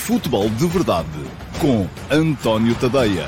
Futebol de Verdade com António Tadeia.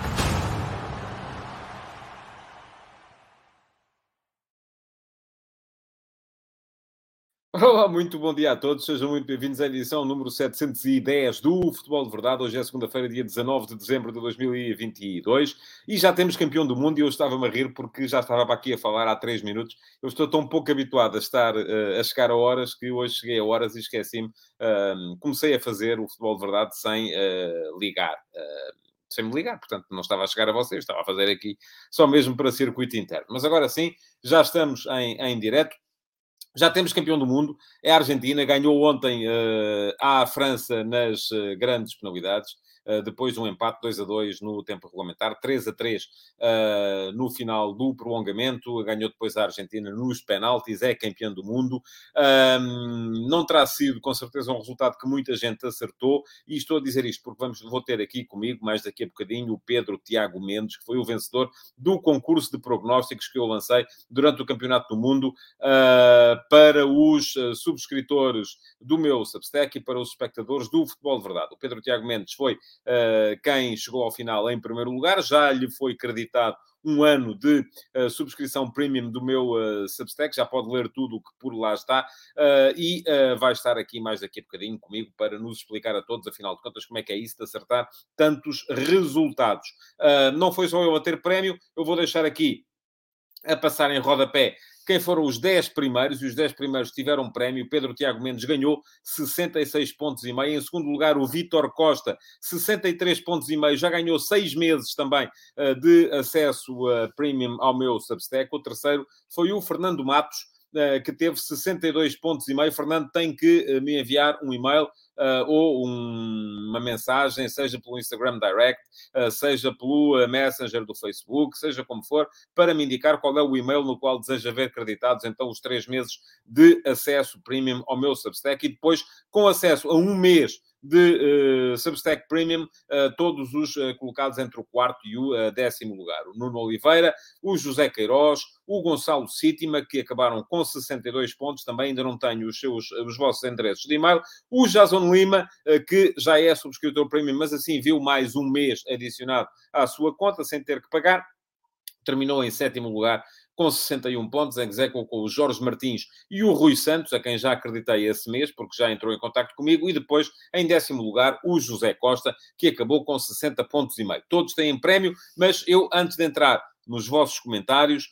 Olá, muito bom dia a todos, sejam muito bem-vindos à edição número 710 do Futebol de Verdade. Hoje é segunda-feira, dia 19 de dezembro de 2022 e já temos campeão do mundo e eu estava-me a rir porque já estava aqui a falar há 3 minutos. Eu estou tão pouco habituado a estar a chegar a horas que hoje cheguei a horas e esqueci-me. Comecei a fazer o Futebol de Verdade sem ligar. Sem me ligar, portanto não estava a chegar a vocês, estava a fazer aqui só mesmo para circuito interno. Mas agora sim, já estamos em direto. Já temos campeão do mundo, é a Argentina, ganhou ontem à França nas grandes penalidades, depois de um empate 2-2 no tempo regulamentar, 3-3 no final do prolongamento, ganhou depois a Argentina nos penaltis, é campeão do mundo. Não terá sido, com certeza, um resultado que muita gente acertou, e estou a dizer isto porque vou ter aqui comigo, mais daqui a bocadinho, o Pedro Tiago Mendes, que foi o vencedor do concurso de prognósticos que eu lancei durante o Campeonato do Mundo, para os subscritores do meu Substack e para os espectadores do Futebol de Verdade. O Pedro Tiago Mendes foi quem chegou ao final em primeiro lugar, já lhe foi creditado um ano de subscrição premium do meu Substack, já pode ler tudo o que por lá está, e vai estar aqui mais daqui a bocadinho comigo para nos explicar a todos, afinal de contas, como é que é isso de acertar tantos resultados. Não foi só eu a ter prémio, eu vou deixar aqui a passar em rodapé quem foram os 10 primeiros, e os 10 primeiros tiveram prémio. Pedro Tiago Mendes ganhou 66 pontos e meio. Em segundo lugar, o Vítor Costa, 63 pontos e meio. Já ganhou 6 meses também de acesso premium ao meu Substack. O terceiro foi o Fernando Matos, que teve 62 pontos e meio. Fernando tem que me enviar um e-mail ou uma mensagem, seja pelo Instagram Direct, seja pelo Messenger do Facebook, seja como for, para me indicar qual é o e-mail no qual deseja ver creditados então os 3 meses de acesso premium ao meu Substack, e depois com acesso a um mês de Substack Premium, todos os colocados entre o quarto e o 10º lugar. O Nuno Oliveira, o José Queiroz, o Gonçalo Sítima, que acabaram com 62 pontos, também ainda não tenho os vossos endereços de e-mail. O Jason Lima, que já é subscritor Premium, mas assim viu mais um mês adicionado à sua conta, sem ter que pagar. Terminou em 7º lugar com 61 pontos, em execuo com o Jorge Martins e o Rui Santos, a quem já acreditei esse mês, porque já entrou em contacto comigo, e depois, em 10º lugar, o José Costa, que acabou com 60 pontos e meio. Todos têm prémio, mas eu, antes de entrar nos vossos comentários,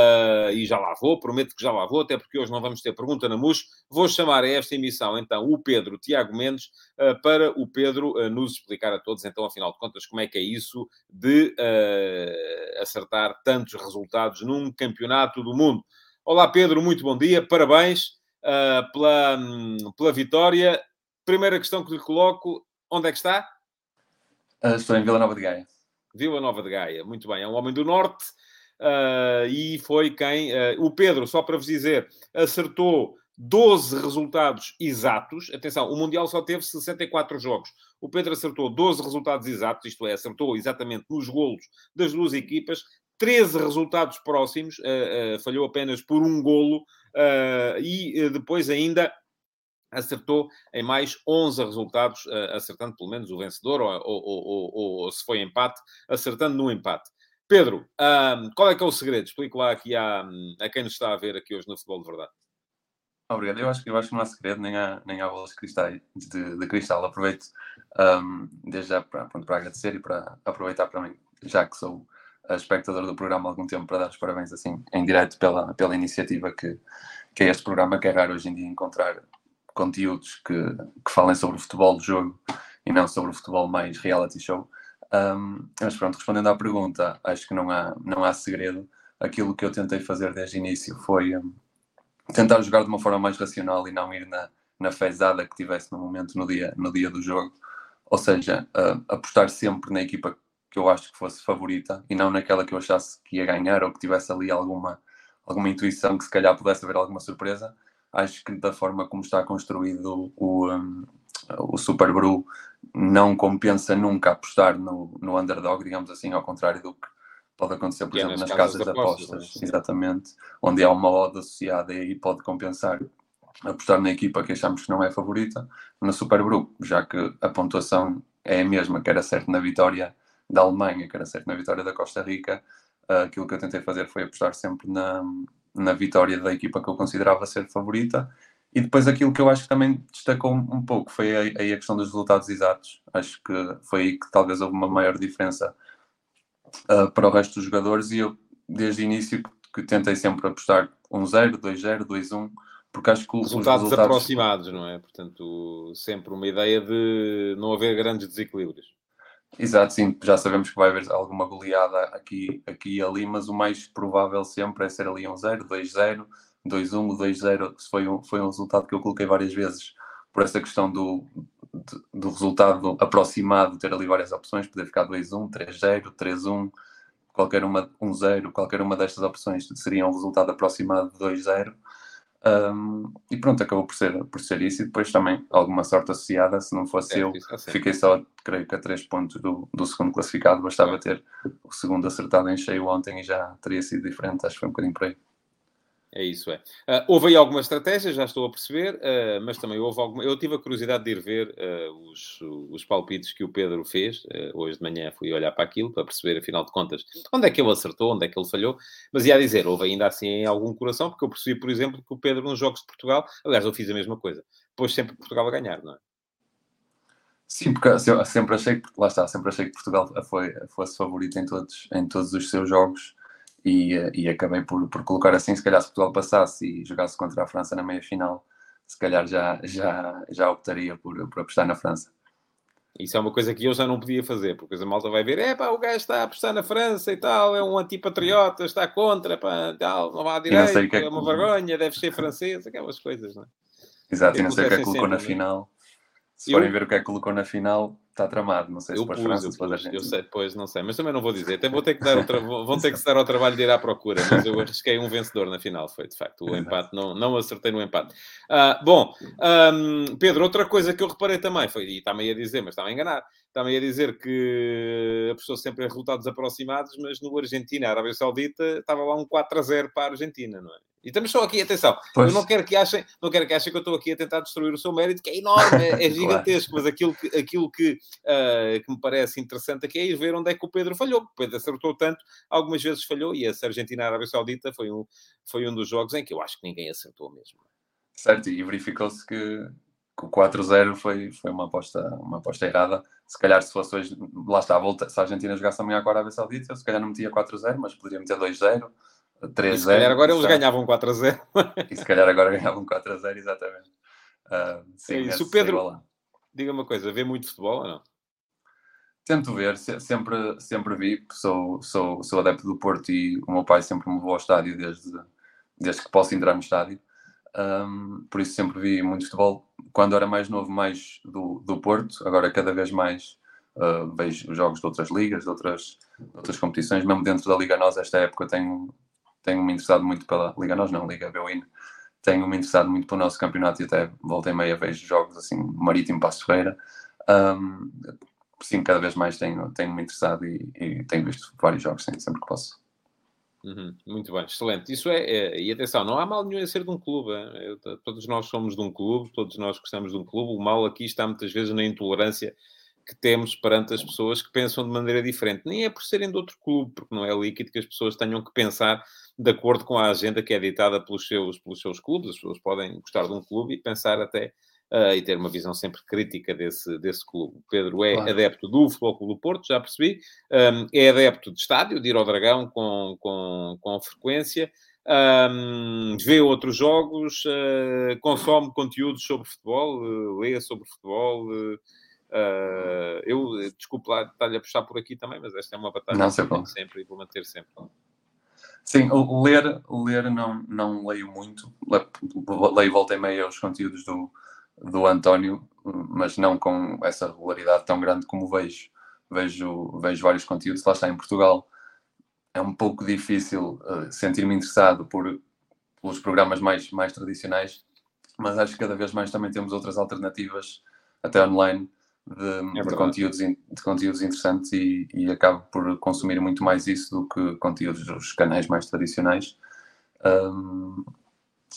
e já lá vou, prometo que já lá vou, até porque hoje não vamos ter pergunta na MUS, vou chamar a esta emissão, então, o Pedro Tiago Mendes, para o Pedro nos explicar a todos, então, afinal de contas, como é que é isso de acertar tantos resultados num campeonato do mundo. Olá, Pedro, muito bom dia, parabéns pela vitória. Primeira questão que lhe coloco, onde é que está? Estou em Vila Nova de Gaia. Vila Nova de Gaia, muito bem, é um homem do Norte, e foi quem... o Pedro, só para vos dizer, acertou 12 resultados exatos. Atenção, o Mundial só teve 64 jogos. O Pedro acertou 12 resultados exatos, isto é, acertou exatamente nos golos das duas equipas, 13 resultados próximos, falhou apenas por um golo, e depois ainda acertou em mais 11 resultados, acertando pelo menos o vencedor, ou se foi empate, acertando no empate. Pedro, qual é que é o segredo? Explico lá aqui a quem nos está a ver aqui hoje no Futebol de Verdade. Obrigado. Eu acho que não há segredo, nem há bolas de cristal. Aproveito desde já para agradecer e para aproveitar para mim, já que sou espectador do programa há algum tempo, para dar os parabéns assim, em direto pela iniciativa que é este programa, que é raro hoje em dia encontrar conteúdos que falem sobre o futebol do jogo e não sobre o futebol mais reality show. Mas pronto, respondendo à pergunta, acho que não há segredo. Aquilo que eu tentei fazer desde o início foi tentar jogar de uma forma mais racional e não ir na fezada que tivesse no momento, no dia do jogo. Ou seja, apostar sempre na equipa que eu acho que fosse favorita e não naquela que eu achasse que ia ganhar ou que tivesse ali alguma intuição que se calhar pudesse haver alguma surpresa. Acho que da forma como está construído o Super Bru, não compensa nunca apostar no underdog, digamos assim, ao contrário do que pode acontecer, por exemplo, nas casas de apostas, exatamente, onde há uma odd associada e aí pode compensar apostar na equipa que achamos que não é favorita no Supergrupo, já que a pontuação é a mesma, que era certo na vitória da Alemanha, que era certo na vitória da Costa Rica. Aquilo que eu tentei fazer foi apostar sempre na vitória da equipa que eu considerava ser favorita. E depois aquilo que eu acho que também destacou um pouco foi aí a questão dos resultados exatos. Acho que foi aí que talvez houve uma maior diferença para o resto dos jogadores, e eu desde o início que tentei sempre apostar 1-0, 2-0, 2-1, porque acho que os Resultados resultados aproximados, não é? Portanto, sempre uma ideia de não haver grandes desequilíbrios. Exato, sim, já sabemos que vai haver alguma goleada aqui e ali, mas o mais provável sempre é ser ali 1-0, 2-0, 2-1, 2-0. Foi um resultado que eu coloquei várias vezes por essa questão do resultado aproximado, ter ali várias opções, poder ficar 2-1, 3-0, 3-1, qualquer uma 1-0, qualquer uma destas opções seria um resultado aproximado de 2-0. E pronto, acabou por ser isso, e depois também alguma sorte associada. Se não fosse eu, fiquei só, creio que a 3 pontos do segundo classificado. Bastava ter o segundo acertado em cheio ontem e já teria sido diferente. Acho que foi um bocadinho por aí. É isso, é. Houve aí alguma estratégia, já estou a perceber, mas também houve alguma... Eu tive a curiosidade de ir ver os palpites que o Pedro fez. Hoje de manhã fui olhar para aquilo, para perceber, afinal de contas, onde é que ele acertou, onde é que ele falhou. Mas ia dizer, houve ainda assim algum coração, porque eu percebi, por exemplo, que o Pedro, nos Jogos de Portugal... Aliás, eu fiz a mesma coisa. Pôs sempre Portugal a ganhar, não é? Sim, porque eu sempre achei que, lá está, sempre achei que Portugal fosse favorito em todos os seus jogos. E acabei por colocar assim. Se calhar se Portugal passasse e jogasse contra a França na meia-final, se calhar já optaria por apostar na França. Isso é uma coisa que eu já não podia fazer, porque a malta vai ver, o gajo está a apostar na França e tal, é um antipatriota, está contra, pá, tal, não vai à direita, é uma vergonha, deve ser francês, aquelas coisas, não é? Exato, e não sei o que é que colocou na final. Se forem ver o que é que colocou na final, está tramado. Não sei se pôs França, se pôs Argentina. Eu sei, depois não sei, mas também não vou dizer. Até vão ter que se dar ao trabalho de ir à procura, mas eu arrisquei um vencedor na final. Foi, de facto, o empate. Não acertei no empate. Pedro, outra coisa que eu reparei também foi, e está-me a dizer, mas está-me a enganar, está-me a dizer que apostou sempre em resultados aproximados, mas no Argentina-Arábia Saudita estava lá um 4-0 para a Argentina, não é? E estamos só aqui, atenção, eu não quero que achem que eu estou aqui a tentar destruir o seu mérito, que é enorme, é gigantesco, claro. Mas aquilo que me parece interessante aqui é ir ver onde é que o Pedro falhou. O Pedro acertou tanto, algumas vezes falhou, e essa Argentina-Arábia Saudita foi um dos jogos em que eu acho que ninguém acertou mesmo. Certo, e verificou-se que o 4-0 foi uma aposta errada. Se calhar se fosse hoje, lá está, se a Argentina jogasse amanhã com a Arábia Saudita, eu se calhar não metia 4-0, mas poderia meter 2-0. 3-0, e se calhar agora eles ganhavam 4-0. E se calhar agora ganhavam 4-0, exatamente. Sim, é isso. O Pedro, diga uma coisa, vê muito futebol ou não? Tento ver, sempre vi. Sou adepto do Porto e o meu pai sempre me levou ao estádio desde que posso entrar no estádio. Por isso sempre vi muito futebol. Quando era mais novo, mais do Porto. Agora cada vez mais vejo jogos de outras ligas, de outras competições. Mesmo dentro da Liga NOS, esta época tenho-me interessado muito pela Liga NOS, não, Liga BWIN. Tenho-me interessado muito pelo nosso campeonato e até voltei meia vejo jogos assim, Marítimo, Paços de Ferreira. Sim, cada vez mais tenho-me interessado e tenho visto vários jogos, sim, sempre que posso. Muito bem, excelente. Isso e atenção, não há mal nenhum em ser de um clube. Todos nós somos de um clube, todos nós gostamos de um clube. O mal aqui está muitas vezes na intolerância que temos perante as pessoas que pensam de maneira diferente. Nem é por serem de outro clube, porque não é líquido que as pessoas tenham que pensar de acordo com a agenda que é ditada pelos seus clubes. As pessoas podem gostar de um clube e pensar até e ter uma visão sempre crítica desse clube. O Pedro é adepto do Futebol Clube do Porto, já percebi. É adepto de estádio, de ir ao Dragão com frequência. Vê outros jogos, consome conteúdos sobre futebol, lê sobre futebol. Desculpe lá estar-lhe a puxar por aqui também, mas esta é uma batalha que tenho sempre e vou manter sempre. Sim, ler não leio muito. Leio volta e meia os conteúdos do António, mas não com essa regularidade tão grande como vejo. Vejo vários conteúdos. Lá está, em Portugal é um pouco difícil sentir-me interessado pelos programas mais tradicionais, mas acho que cada vez mais também temos outras alternativas, até online, de conteúdos interessantes e acabo por consumir muito mais isso do que conteúdos dos canais mais tradicionais.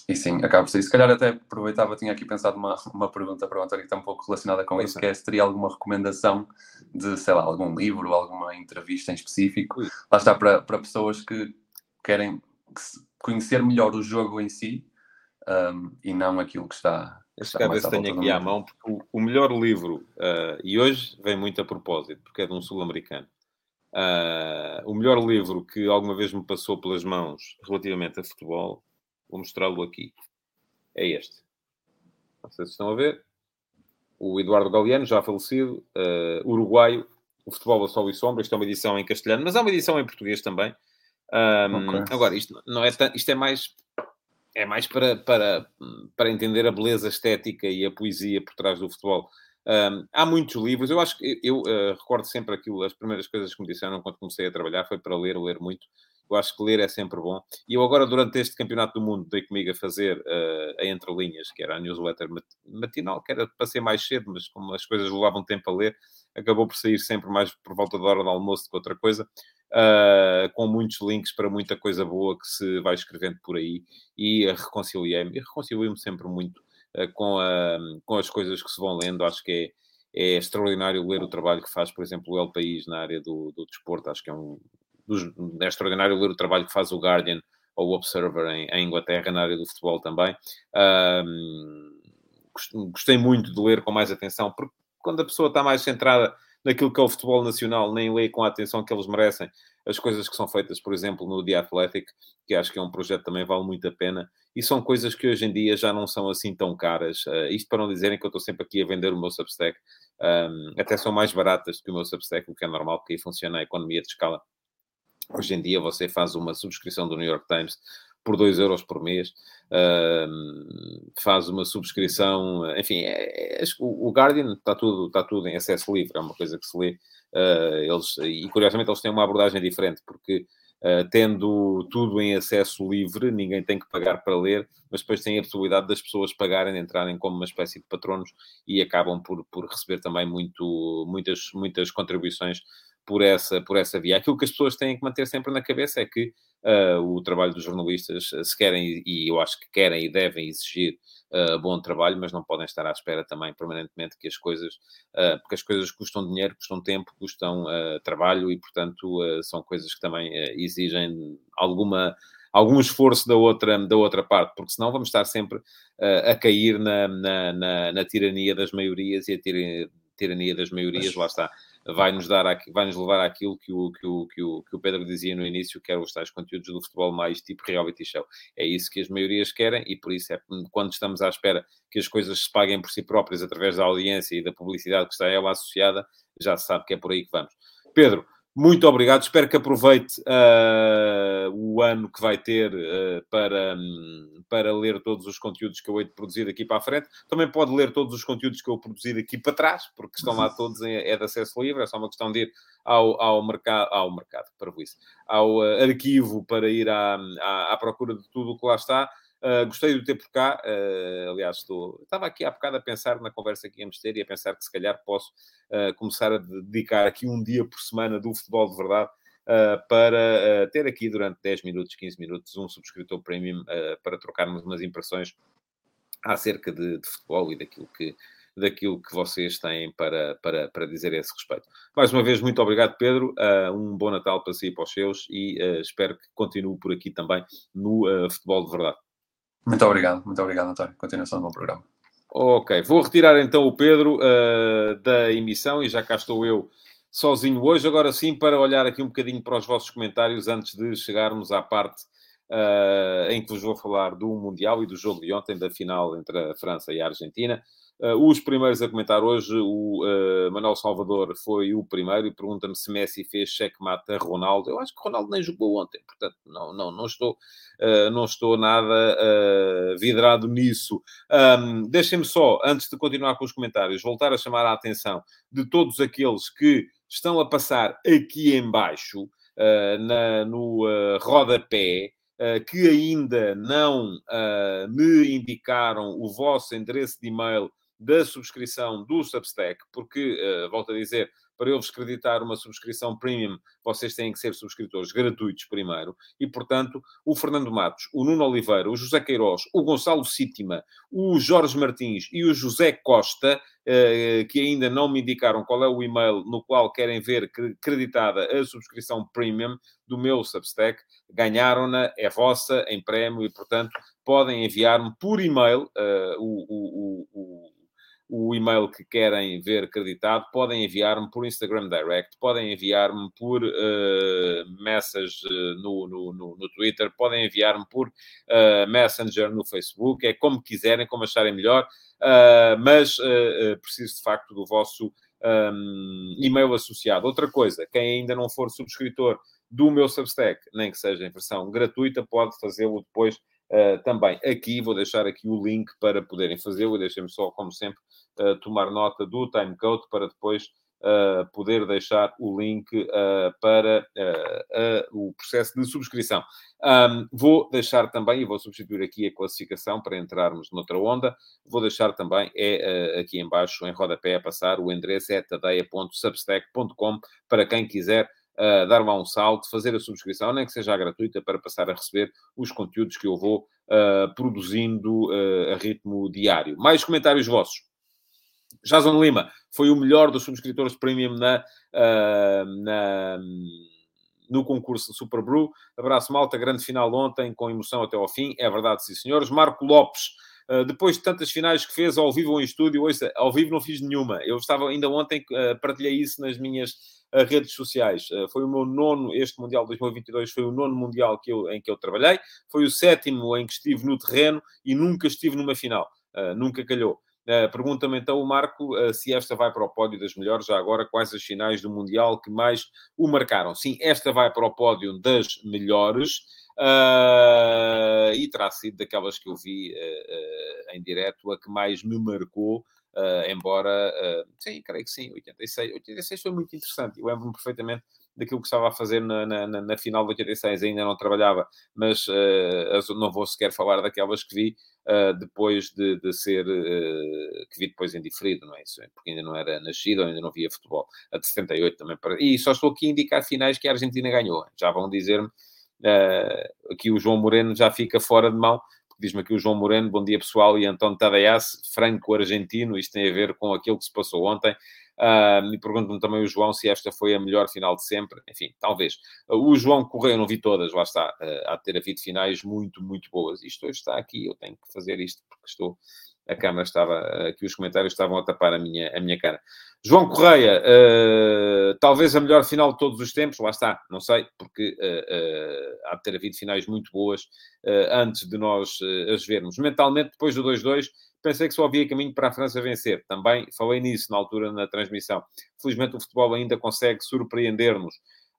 E sim, acaba por ser. Se calhar até aproveitava, tinha aqui pensado uma pergunta para o António que está um pouco relacionada com isso, que é se teria alguma recomendação de, sei lá, algum livro, alguma entrevista em específico. Lá está, para pessoas que querem conhecer melhor o jogo em si, e não aquilo que está Deixa-me ver mais se à tenho volta do aqui à mundo. mão, porque o melhor livro, e hoje vem muito a propósito, porque é de um sul-americano. O melhor livro que alguma vez me passou pelas mãos relativamente a futebol, vou mostrá-lo aqui. É este. Não sei se estão a ver. O Eduardo Galeano, já falecido, uruguaio, O Futebol a Sol e Sombra. Isto é uma edição em castelhano, mas há uma edição em português também. Okay. Agora, isto não é isto é mais para entender a beleza estética e a poesia por trás do futebol. Há muitos livros. Eu acho que eu recordo sempre aquilo, as primeiras coisas que me disseram quando comecei a trabalhar foi para ler muito. Eu acho que ler é sempre bom. E eu agora, durante este Campeonato do Mundo, dei comigo a fazer a Entre Linhas, que era a newsletter matinal, que era para ser mais cedo, mas como as coisas levavam tempo a ler, acabou por sair sempre mais por volta da hora do almoço do que outra coisa. Com muitos links para muita coisa boa que se vai escrevendo por aí, e reconcilio-me sempre muito com as coisas que se vão lendo. Acho que é extraordinário ler o trabalho que faz, por exemplo, o El País na área do desporto. Acho que é extraordinário ler o trabalho que faz o Guardian ou o Observer em Inglaterra na área do futebol também. Gostei muito de ler com mais atenção, porque quando a pessoa está mais centrada naquilo que é o futebol nacional, nem lê com a atenção que eles merecem as coisas que são feitas, por exemplo, no The Athletic, que acho que é um projeto que também vale muito a pena, e são coisas que hoje em dia já não são assim tão caras. Isto para não dizerem que eu estou sempre aqui a vender o meu Substack. Até são mais baratas do que o meu Substack, o que é normal, porque aí funciona a economia de escala. Hoje em dia você faz uma subscrição do New York Times por 2 euros por mês, faz uma subscrição, enfim, o Guardian está tudo em acesso livre, é uma coisa que se lê. E curiosamente eles têm uma abordagem diferente, porque tendo tudo em acesso livre, ninguém tem que pagar para ler, mas depois tem a possibilidade das pessoas pagarem, entrarem como uma espécie de patronos e acabam por receber também muitas contribuições por essa via. Aquilo que as pessoas têm que manter sempre na cabeça é que o trabalho dos jornalistas, se querem, e eu acho que querem e devem exigir bom trabalho, mas não podem estar à espera também permanentemente que as coisas, porque as coisas custam dinheiro, custam tempo, custam trabalho e, portanto, são coisas que também exigem algum esforço da outra parte, porque senão vamos estar sempre a cair na tirania das maiorias, e a tirania das maiorias, lá está, vai-nos levar àquilo que o Pedro dizia no início, que eram os tais conteúdos do futebol mais tipo reality show. É isso que as maiorias querem, e por isso quando estamos à espera que as coisas se paguem por si próprias através da audiência e da publicidade que está a ela associada, já se sabe que é por aí que vamos. Pedro, muito obrigado. Espero que aproveite o ano que vai ter para ler todos os conteúdos que eu hei de produzir daqui para a frente. Também pode ler todos os conteúdos que eu produzi daqui para trás, porque estão lá todos, é de acesso livre. É só uma questão de ir ao mercado, para isso, ao arquivo, para ir à procura de tudo o que lá está. Gostei de ter por cá. Aliás, estava aqui há bocado a pensar na conversa que íamos ter e a pensar que se calhar posso começar a dedicar aqui um dia por semana do futebol de verdade para ter aqui durante 10 minutos, 15 minutos, um subscritor premium para trocarmos umas impressões acerca de futebol e daquilo que vocês têm para dizer a esse respeito. Mais uma vez, muito obrigado, Pedro. Um bom Natal para si e para os seus, e espero que continue por aqui também no futebol de verdade. Muito obrigado, António. Continuação do meu programa. Ok, vou retirar então o Pedro da emissão, e já cá estou eu sozinho hoje. Agora sim, para olhar aqui um bocadinho para os vossos comentários antes de chegarmos à parte em que vos vou falar do Mundial e do jogo de ontem, da final entre a França e a Argentina. Os primeiros a comentar hoje, o Manuel Salvador foi o primeiro e pergunta-me se Messi fez checkmate a Ronaldo. Eu acho que Ronaldo nem jogou ontem, portanto não estou nada vidrado nisso. Deixem-me só, antes de continuar com os comentários, voltar a chamar a atenção de todos aqueles que estão a passar aqui em baixo, no rodapé, que ainda não me indicaram o vosso endereço de e-mail da subscrição do Substack, porque, volto a dizer, para eu vos creditar uma subscrição premium, vocês têm que ser subscritores gratuitos primeiro. E, portanto, o Fernando Matos, o Nuno Oliveira, o José Queiroz, o Gonçalo Síttima, o Jorge Martins e o José Costa, que ainda não me indicaram qual é o e-mail no qual querem ver creditada a subscrição premium do meu Substack, ganharam-na, é vossa, em prémio, e, portanto, podem enviar-me por e-mail o e-mail que querem ver creditado, podem enviar-me por Instagram Direct, podem enviar-me por message no Twitter, podem enviar-me por Messenger no Facebook, é como quiserem, como acharem melhor, mas preciso de facto do vosso e-mail associado. Outra coisa, quem ainda não for subscritor do meu Substack, nem que seja em versão gratuita, pode fazê-lo depois também aqui. Vou deixar aqui o link para poderem fazê-lo, e deixem-me só, como sempre, tomar nota do timecode para depois poder deixar o link para o processo de subscrição. Vou deixar também, e vou substituir aqui a classificação para entrarmos noutra onda, vou deixar também, aqui em baixo, em rodapé, a passar, o endereço é tadeia.substack.com, para quem quiser dar lá um salto, fazer a subscrição, nem que seja gratuita, para passar a receber os conteúdos que eu vou produzindo a ritmo diário. Mais comentários vossos. Jason Lima foi o melhor dos subscritores premium no concurso do Super Brew. Abraço, malta. Grande final ontem, com emoção até ao fim. É verdade, sim, senhores. Marco Lopes, depois de tantas finais que fez ao vivo ou em estúdio, ouça, ao vivo não fiz nenhuma. Eu estava, ainda ontem, partilhei isso nas minhas redes sociais. Foi o meu nono, este Mundial 2022 foi o nono Mundial em que eu trabalhei. Foi o sétimo em que estive no terreno e nunca estive numa final. Nunca calhou. Pergunta-me então o Marco se esta vai para o pódio das melhores. Já agora, quais as finais do Mundial que mais o marcaram? Sim, esta vai para o pódio das melhores. E terá sido daquelas que eu vi em direto a que mais me marcou, embora, sim, creio que sim, 86 foi muito interessante. Eu lembro-me perfeitamente daquilo que estava a fazer na final de 86, ainda não trabalhava, mas não vou sequer falar daquelas que vi depois de ser, que vi depois em diferido, não é isso? Porque ainda não era nascido, ainda não via futebol. A de 78 também. E só estou aqui a indicar finais que a Argentina ganhou. Já vão dizer-me, aqui o João Moreno já fica fora de mão, porque diz-me aqui o João Moreno, bom dia pessoal, e António Tadeias, franco-argentino, isto tem a ver com aquilo que se passou ontem. E pergunto-me também o João se esta foi a melhor final de sempre. Enfim, talvez. O João Correia, eu não vi todas, lá está. Há de ter havido finais muito, muito boas. Isto hoje está aqui, eu tenho que fazer isto, porque estou... A câmara estava... Aqui os comentários estavam a tapar a minha cara. João Correia, talvez a melhor final de todos os tempos, lá está, não sei, porque há de ter havido finais muito boas antes de nós as vermos. Mentalmente, depois do 2-2, pensei que só havia caminho para a França vencer. Também falei nisso na altura na transmissão. Felizmente o futebol ainda consegue surpreender-nos.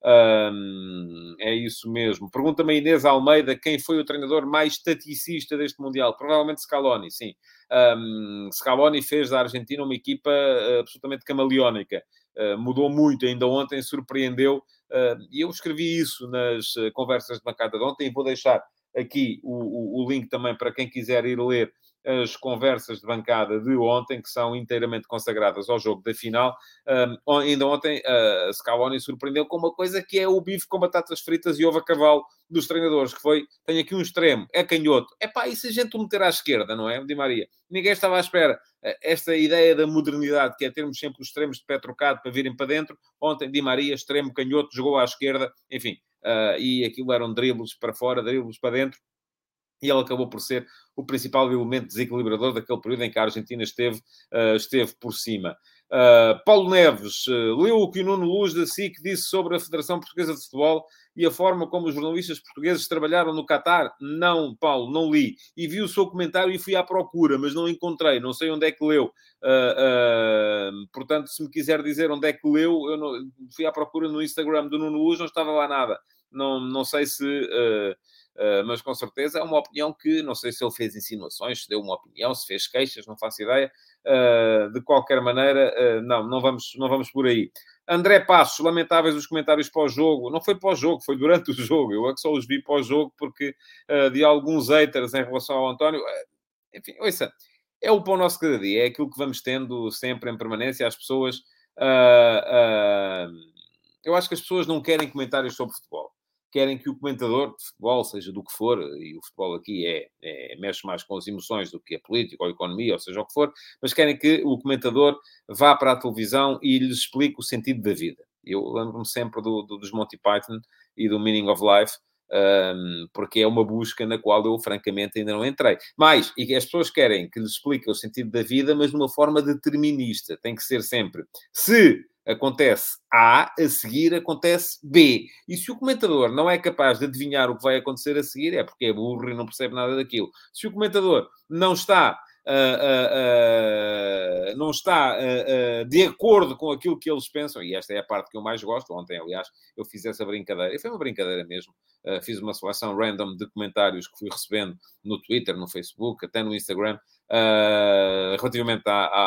É isso mesmo. Pergunta-me a Inês Almeida quem foi o treinador mais taticista deste Mundial. Provavelmente Scaloni, sim. Scaloni fez da Argentina uma equipa absolutamente camaleónica. Mudou muito, ainda ontem surpreendeu. E eu escrevi isso nas conversas de bancada de ontem, e vou deixar aqui o link também para quem quiser ir ler as conversas de bancada de ontem, que são inteiramente consagradas ao jogo da final. Ainda ontem, Scaloni surpreendeu com uma coisa que é o bife com batatas fritas e ovo a cavalo dos treinadores, que foi, tem aqui um extremo, é canhoto. Epá, e se a gente o meter à esquerda, não é, Di Maria? Ninguém estava à espera. Esta ideia da modernidade, que é termos sempre os extremos de pé trocado para virem para dentro. Ontem, Di Maria, extremo canhoto, jogou à esquerda, enfim. E aquilo eram dribles para fora, dribles para dentro. E ele acabou por ser o principal elemento desequilibrador daquele período em que a Argentina esteve por cima. Paulo Neves leu o que o Nuno Luz da SIC disse sobre a Federação Portuguesa de Futebol e a forma como os jornalistas portugueses trabalharam no Qatar? Não, Paulo, não li. E vi o seu comentário e fui à procura, mas não encontrei. Não sei onde é que leu. Portanto, se me quiser dizer onde é que leu, eu não... fui à procura no Instagram do Nuno Luz, não estava lá nada. Não sei se... mas com certeza é uma opinião que, não sei se ele fez insinuações, se deu uma opinião, se fez queixas, não faço ideia. De qualquer maneira, não vamos por aí. André Passos, lamentáveis os comentários pós-jogo. Não foi pós-jogo, foi durante o jogo. Eu é que só os vi pós-jogo porque de alguns haters em relação ao António. Enfim, ouça, é o pão nosso cada dia. É aquilo que vamos tendo sempre em permanência. As pessoas Eu acho que as pessoas não querem comentários sobre futebol. Querem que o comentador de futebol, seja do que for, e o futebol aqui mexe mais com as emoções do que a política ou a economia, ou seja o que for, mas querem que o comentador vá para a televisão e lhes explique o sentido da vida. Eu lembro-me sempre dos Monty Python e do Meaning of Life, porque é uma busca na qual eu, francamente, ainda não entrei. Mas, e as pessoas querem que lhes explique o sentido da vida, mas de uma forma determinista. Tem que ser sempre. Se acontece A, a seguir acontece B. E se o comentador não é capaz de adivinhar o que vai acontecer a seguir, é porque é burro e não percebe nada daquilo. Se o comentador não está... não está de acordo com aquilo que eles pensam, e esta é a parte que eu mais gosto. Ontem, aliás, eu fiz essa brincadeira, e foi uma brincadeira mesmo. Fiz uma seleção random de comentários que fui recebendo no Twitter, no Facebook, até no Instagram, relativamente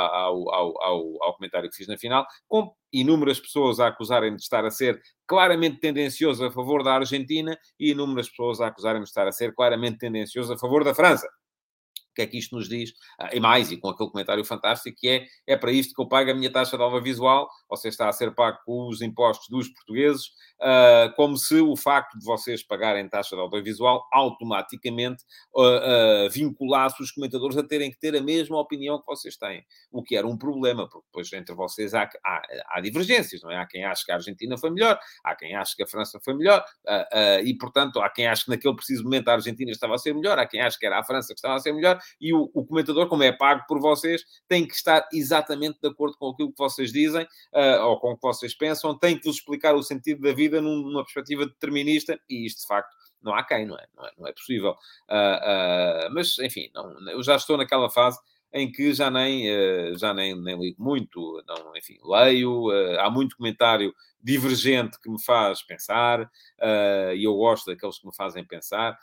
ao comentário que fiz na final, com inúmeras pessoas a acusarem-me de estar a ser claramente tendencioso a favor da Argentina e inúmeras pessoas a acusarem-me de estar a ser claramente tendencioso a favor da França. O que é que isto nos diz? E mais, e com aquele comentário fantástico, que é para isto que eu pago a minha taxa de audiovisual, você está a ser pago com os impostos dos portugueses, como se o facto de vocês pagarem taxa de audiovisual automaticamente vinculasse os comentadores a terem que ter a mesma opinião que vocês têm. O que era um problema, porque depois entre vocês há divergências, não é? Há quem ache que a Argentina foi melhor, há quem ache que a França foi melhor, e, portanto, há quem ache que naquele preciso momento a Argentina estava a ser melhor, há quem ache que era a França que estava a ser melhor, e o comentador, como é pago por vocês, tem que estar exatamente de acordo com aquilo que vocês dizem, ou com o que vocês pensam, tem que vos explicar o sentido da vida numa perspectiva determinista, e isto, de facto, não há quem, não é possível. Mas, enfim, eu já estou naquela fase em que já nem ligo muito, não, enfim, leio, há muito comentário divergente que me faz pensar, e eu gosto daqueles que me fazem pensar,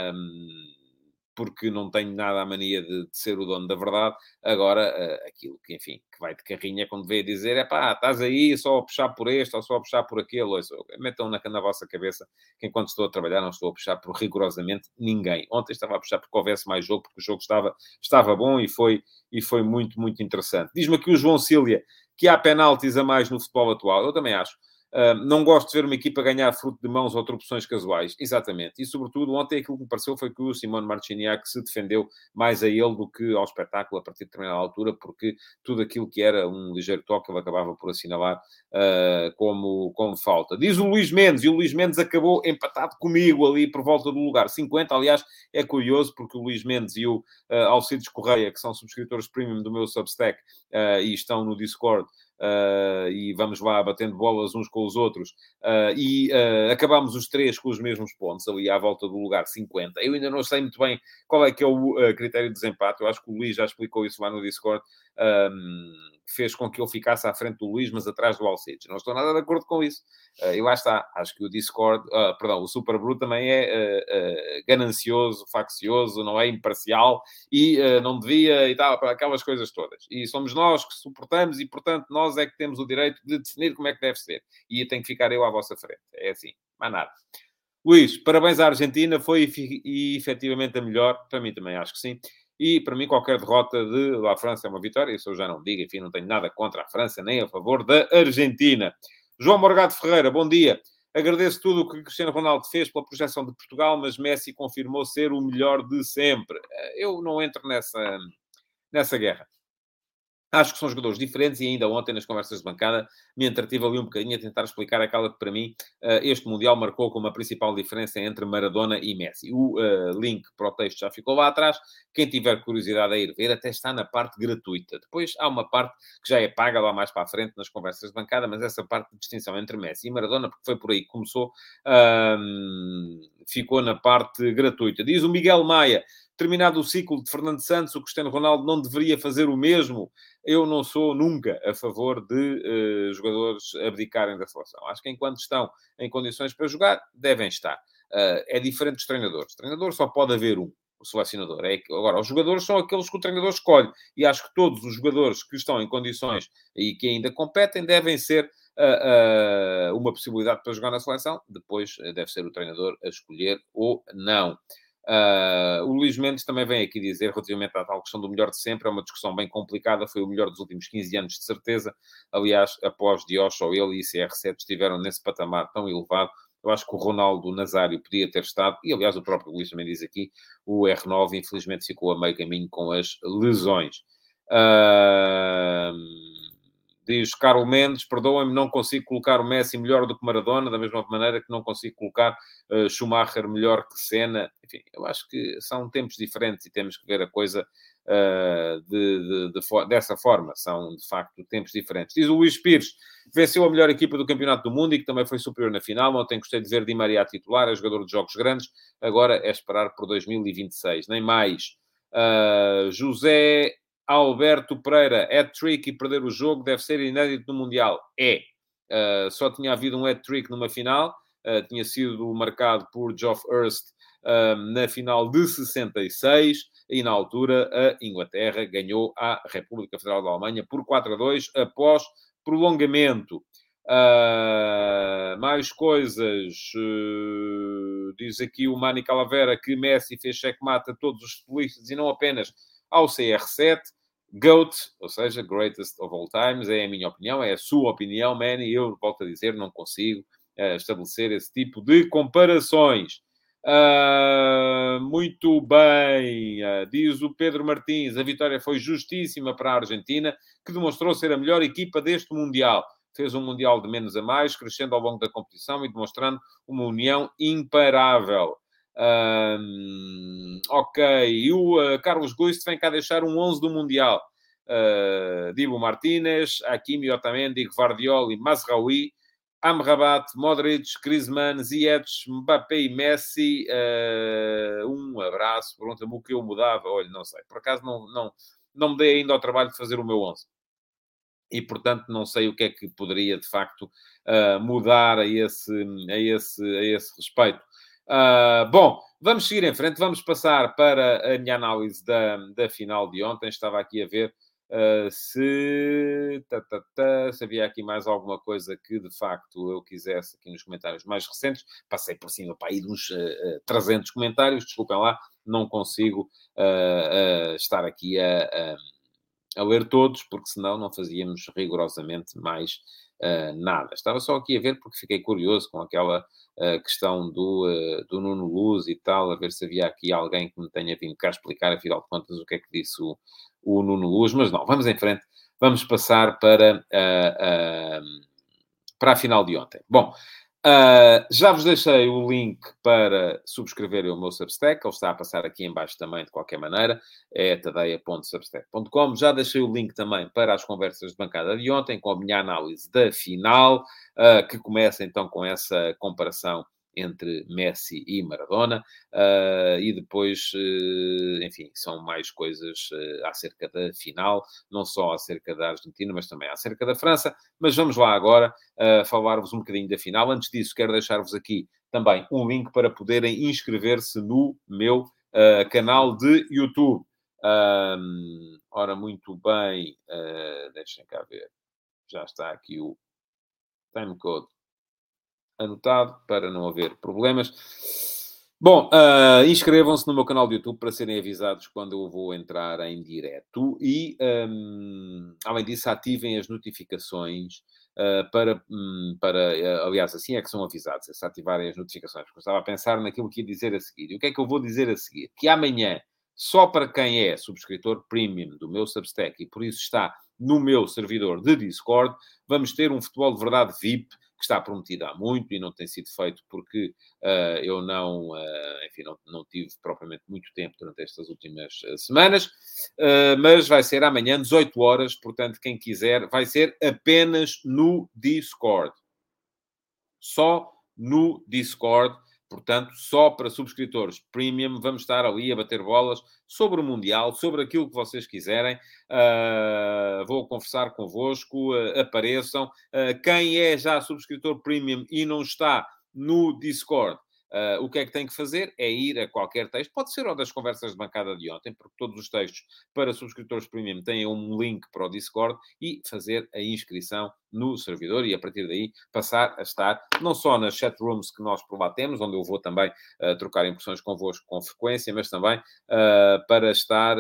porque não tenho nada a mania de ser o dono da verdade. Agora, aquilo que, enfim, que vai de carrinho é quando veio dizer, estás aí só a puxar por este ou só a puxar por aquele. Metam na vossa cabeça que enquanto estou a trabalhar não estou a puxar por rigorosamente ninguém. Ontem estava a puxar porque houvesse mais jogo, porque o jogo estava bom e foi muito, muito interessante. Diz-me aqui o João Cília que há penaltis a mais no futebol atual. Eu também acho. Não gosto de ver uma equipa ganhar fruto de mãos ou tropeções casuais. Exatamente. E, sobretudo, ontem aquilo que me pareceu foi que o Simone Marciniak se defendeu mais a ele do que ao espetáculo a partir de determinada altura, porque tudo aquilo que era um ligeiro toque ele acabava por assinalar como falta. Diz o Luís Mendes, e o Luís Mendes acabou empatado comigo ali por volta do lugar 50. Aliás, é curioso porque o Luís Mendes e o Alcides Correia, que são subscritores premium do meu Substack e estão no Discord, e vamos lá batendo bolas uns com os outros, acabámos os três com os mesmos pontos, ali à volta do lugar 50. Eu ainda não sei muito bem qual é que é o critério de desempate. Eu acho que o Luís já explicou isso lá no Discord, fez com que eu ficasse à frente do Luís, mas atrás do Alcides. Não estou nada de acordo com isso. E lá está. Acho que o Discord, o Super Brute também é ganancioso, faccioso, não é imparcial e não devia e tal, aquelas coisas todas. E somos nós que suportamos e, portanto, nós é que temos o direito de definir como é que deve ser. E tem que ficar eu à vossa frente. É assim. Mais nada. Luís, parabéns à Argentina. Foi efetivamente a melhor. Para mim também acho que sim. E, para mim, qualquer derrota da França é uma vitória. Isso eu já não digo. Enfim, não tenho nada contra a França, nem a favor da Argentina. João Morgado Ferreira, bom dia. Agradeço tudo o que Cristiano Ronaldo fez pela projeção de Portugal, mas Messi confirmou ser o melhor de sempre. Eu não entro nessa guerra. Acho que são jogadores diferentes e ainda ontem, nas conversas de bancada, me entretive ali um bocadinho a tentar explicar aquela que, para mim, este Mundial marcou como a principal diferença entre Maradona e Messi. O link para o texto já ficou lá atrás. Quem tiver curiosidade a ir ver, até está na parte gratuita. Depois há uma parte que já é paga lá mais para a frente nas conversas de bancada, mas essa parte de distinção entre Messi e Maradona, porque foi por aí que começou, ficou na parte gratuita. Diz o Miguel Maia, terminado o ciclo de Fernando Santos, o Cristiano Ronaldo não deveria fazer o mesmo. Eu não sou nunca a favor de jogadores abdicarem da seleção. Acho que enquanto estão em condições para jogar, devem estar. É diferente dos treinadores. O treinador só pode haver um. O selecionador. Agora, os jogadores são aqueles que o treinador escolhe. E acho que todos os jogadores que estão em condições e que ainda competem devem ser uma possibilidade para jogar na seleção. Depois deve ser o treinador a escolher ou não. O Luís Mendes também vem aqui dizer, relativamente à tal questão do melhor de sempre, é uma discussão bem complicada, foi o melhor dos últimos 15 anos, de certeza. Aliás, após Dios, ou ele e CR7 estiveram nesse patamar tão elevado. Eu acho que o Ronaldo Nazário podia ter estado, e aliás o próprio Luís também diz aqui, o R9 infelizmente ficou a meio caminho com as lesões. Diz Carlos Mendes, perdoem-me, não consigo colocar o Messi melhor do que Maradona, da mesma maneira que não consigo colocar Schumacher melhor que Senna. Enfim, eu acho que são tempos diferentes e temos que ver a coisa dessa forma. São, de facto, tempos diferentes. Diz o Luís Pires, venceu a melhor equipa do Campeonato do Mundo e que também foi superior na final. Ontem gostei de ver Di Maria a titular, é jogador de jogos grandes. Agora é esperar por 2026. Nem mais. José Alberto Pereira, hat-trick e perder o jogo deve ser inédito no Mundial. Só tinha havido um hat-trick numa final. Tinha sido marcado por Geoff Hurst na final de 66 e na altura a Inglaterra ganhou à República Federal da Alemanha por 4-2 após prolongamento. Mais coisas. Diz aqui o Mani Calavera que Messi fez checkmate a todos os futebolistas e não apenas ao CR7. GOAT, ou seja, Greatest of All Times, é a minha opinião, é a sua opinião, Manny. Eu volto a dizer, não consigo estabelecer esse tipo de comparações. Muito bem, diz o Pedro Martins, a vitória foi justíssima para a Argentina, que demonstrou ser a melhor equipa deste Mundial. Fez um Mundial de menos a mais, crescendo ao longo da competição e demonstrando uma união imparável. Ok, e o Carlos Guist vem cá deixar um 11 do Mundial. Dibu Martínez, Hakimi, Otamendi, Gvardiol e Mazraoui, Amrabat, Modric, Griezmann, Ziyech, Mbappé e Messi. Um abraço. Pergunta-me o que eu mudava. Olha, não sei. Por acaso não me dei ainda ao trabalho de fazer o meu 11. E, portanto, não sei o que é que poderia, de facto, mudar a esse respeito. Bom, vamos seguir em frente. Vamos passar para a minha análise da final de ontem. Estava aqui a ver se havia aqui mais alguma coisa que, de facto, eu quisesse aqui nos comentários mais recentes. Passei por cima para aí de uns 300 comentários. Desculpem lá, não consigo estar aqui a ler todos, porque senão não fazíamos rigorosamente mais nada. Estava só aqui a ver, porque fiquei curioso com aquela questão do Nuno Luz e tal, a ver se havia aqui alguém que me tenha vindo cá explicar, afinal de contas, o que é que disse o Nuno Luz. Mas não, vamos em frente. Vamos passar para a final de ontem. Bom, já vos deixei o link para subscreverem o meu Substack, ele está a passar aqui em baixo também, de qualquer maneira, é tadeia.substack.com. Já deixei o link também para as conversas de bancada de ontem, com a minha análise da final, que começa então com essa comparação entre Messi e Maradona, e depois, enfim, são mais coisas acerca da final, não só acerca da Argentina, mas também acerca da França. Mas vamos lá agora falar-vos um bocadinho da final. Antes disso, quero deixar-vos aqui também um link para poderem inscrever-se no meu canal de YouTube. Ora, muito bem, deixem cá ver. Já está aqui o timecode anotado para não haver problemas. Bom, inscrevam-se no meu canal de YouTube para serem avisados quando eu vou entrar em direto e, além disso, ativem as notificações aliás, assim é que são avisados, é se ativarem as notificações, porque eu estava a pensar naquilo que ia dizer a seguir. E o que é que eu vou dizer a seguir? Que amanhã, só para quem é subscritor premium do meu Substack e por isso está no meu servidor de Discord, vamos ter um Futebol de Verdade VIP, que está prometido há muito e não tem sido feito porque eu não tive propriamente muito tempo durante estas últimas semanas, mas vai ser amanhã, 18 horas, portanto, quem quiser, vai ser apenas no Discord. Só no Discord, portanto, só para subscritores premium, vamos estar ali a bater bolas sobre o Mundial, sobre aquilo que vocês quiserem. Vou conversar convosco, apareçam. Quem é já subscritor premium e não está no Discord, O que é que tem que fazer? É ir a qualquer texto, pode ser o das conversas de bancada de ontem, porque todos os textos para subscritores premium têm um link para o Discord, e fazer a inscrição no servidor e, a partir daí, passar a estar não só nas chatrooms que nós por lá temos, onde eu vou também trocar impressões convosco com frequência, mas também para estar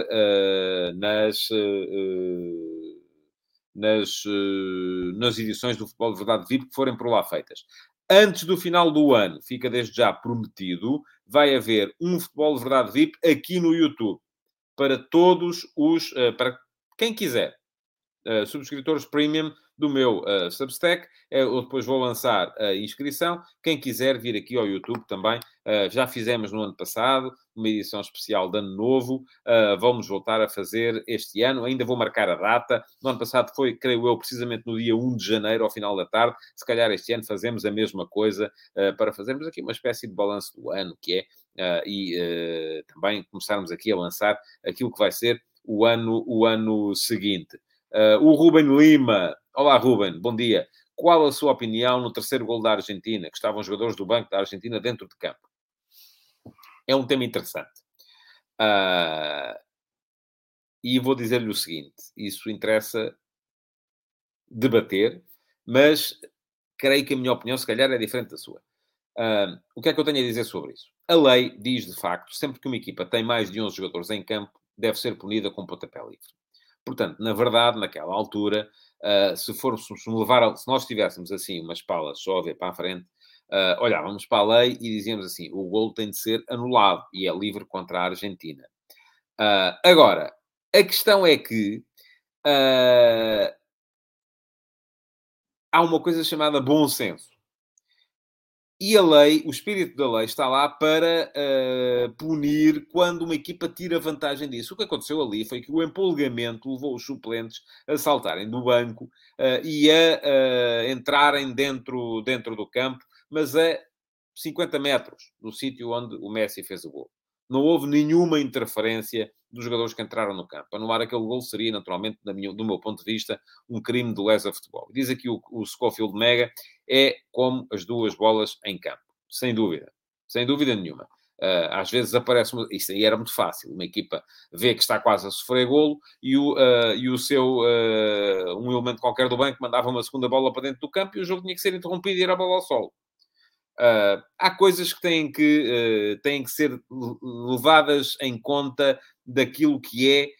nas edições do Futebol de Verdade VIP que forem por lá feitas. Antes do final do ano, fica desde já prometido, vai haver um Futebol de Verdade VIP aqui no YouTube. Para todos os... para quem quiser. Subscritores premium do meu Substack. Eu depois vou lançar a inscrição. Quem quiser vir aqui ao YouTube também. Já fizemos no ano passado uma edição especial de Ano Novo. Vamos voltar a fazer este ano. Ainda vou marcar a data. No ano passado foi, creio eu, precisamente no dia 1 de janeiro, ao final da tarde. Se calhar este ano fazemos a mesma coisa para fazermos aqui uma espécie de balanço do ano, que é, também começarmos aqui a lançar aquilo que vai ser o ano seguinte. O Ruben Lima. Olá, Ruben. Bom dia. Qual a sua opinião no terceiro gol da Argentina, que estavam os jogadores do banco da Argentina dentro de campo? É um tema interessante. E vou dizer-lhe o seguinte. Isso interessa debater, mas creio que a minha opinião, se calhar, é diferente da sua. O que é que eu tenho a dizer sobre isso? A lei diz, de facto, sempre que uma equipa tem mais de 11 jogadores em campo, deve ser punida com pontapé livre. Portanto, na verdade, naquela altura, se nós tivéssemos assim umas palas só a ver para a frente, olhávamos para a lei e dizíamos assim: o golo tem de ser anulado e é livre contra a Argentina. Agora, a questão é que há uma coisa chamada bom senso. E a lei, o espírito da lei está lá para punir quando uma equipa tira vantagem disso. O que aconteceu ali foi que o empolgamento levou os suplentes a saltarem do banco e a entrarem dentro do campo, mas a 50 metros do sítio onde o Messi fez o gol. Não houve nenhuma interferência dos jogadores que entraram no campo. Anular aquele gol seria, naturalmente, do meu ponto de vista, um crime de lesa futebol. Diz aqui o Scofield Mega, é como as duas bolas em campo. Sem dúvida. Sem dúvida nenhuma. Às vezes aparece... Isso aí era muito fácil. Uma equipa vê que está quase a sofrer golo e o seu... um elemento qualquer do banco mandava uma segunda bola para dentro do campo e o jogo tinha que ser interrompido e ir a bola ao solo. Há coisas que têm que ser levadas em conta daquilo que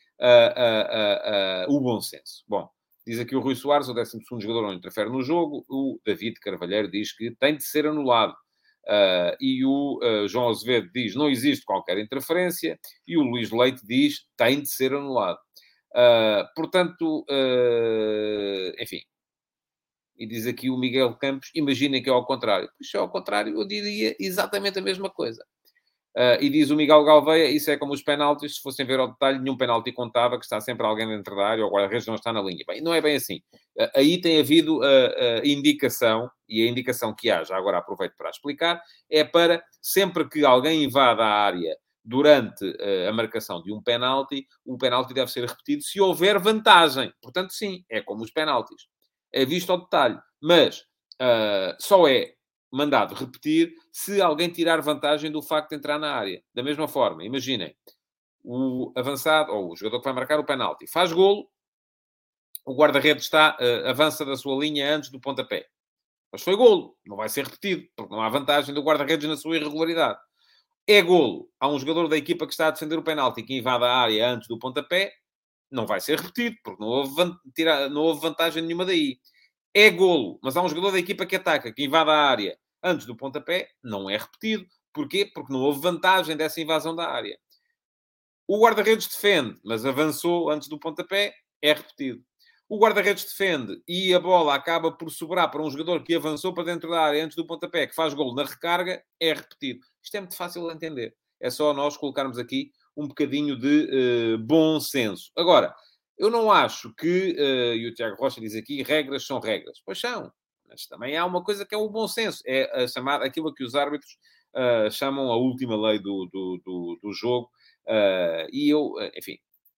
é o bom senso. Bom, diz aqui o Rui Soares, o 12º jogador não interfere no jogo. O David Carvalheiro diz que tem de ser anulado. E o João Azevedo diz não existe qualquer interferência. E o Luís Leite diz tem de ser anulado. Portanto, enfim... E diz aqui o Miguel Campos, imaginem que é ao contrário. Pois se é ao contrário, eu diria exatamente a mesma coisa. E diz o Miguel Galveia, isso é como os penaltis, se fossem ver ao detalhe, nenhum penalti contava, que está sempre alguém dentro da área, ou o guarda-redes não está na linha. Bem, não é bem assim. Aí tem havido a indicação, e a indicação que há, já agora aproveito para explicar, é para sempre que alguém invada a área durante a marcação de um penalti, o penalti deve ser repetido se houver vantagem. Portanto, sim, é como os penaltis. É visto ao detalhe, mas só é mandado repetir se alguém tirar vantagem do facto de entrar na área. Da mesma forma, imaginem, o avançado, ou o jogador que vai marcar o penalti, faz golo, o guarda-redes avança da sua linha antes do pontapé. Mas foi golo, não vai ser repetido, porque não há vantagem do guarda-redes na sua irregularidade. É golo, há um jogador da equipa que está a defender o penalti que invade a área antes do pontapé, não vai ser repetido, porque não houve vantagem nenhuma daí. É golo, mas há um jogador da equipa que ataca, que invade a área antes do pontapé, não é repetido. Porquê? Porque não houve vantagem dessa invasão da área. O guarda-redes defende, mas avançou antes do pontapé, é repetido. O guarda-redes defende e a bola acaba por sobrar para um jogador que avançou para dentro da área antes do pontapé, que faz golo na recarga, é repetido. Isto é muito fácil de entender. É só nós colocarmos aqui um bocadinho de bom senso. Agora, eu não acho que, e o Tiago Rocha diz aqui, regras são regras. Pois são. Mas também há uma coisa que é o bom senso. É chamar aquilo que os árbitros chamam a última lei do jogo. E eu, enfim,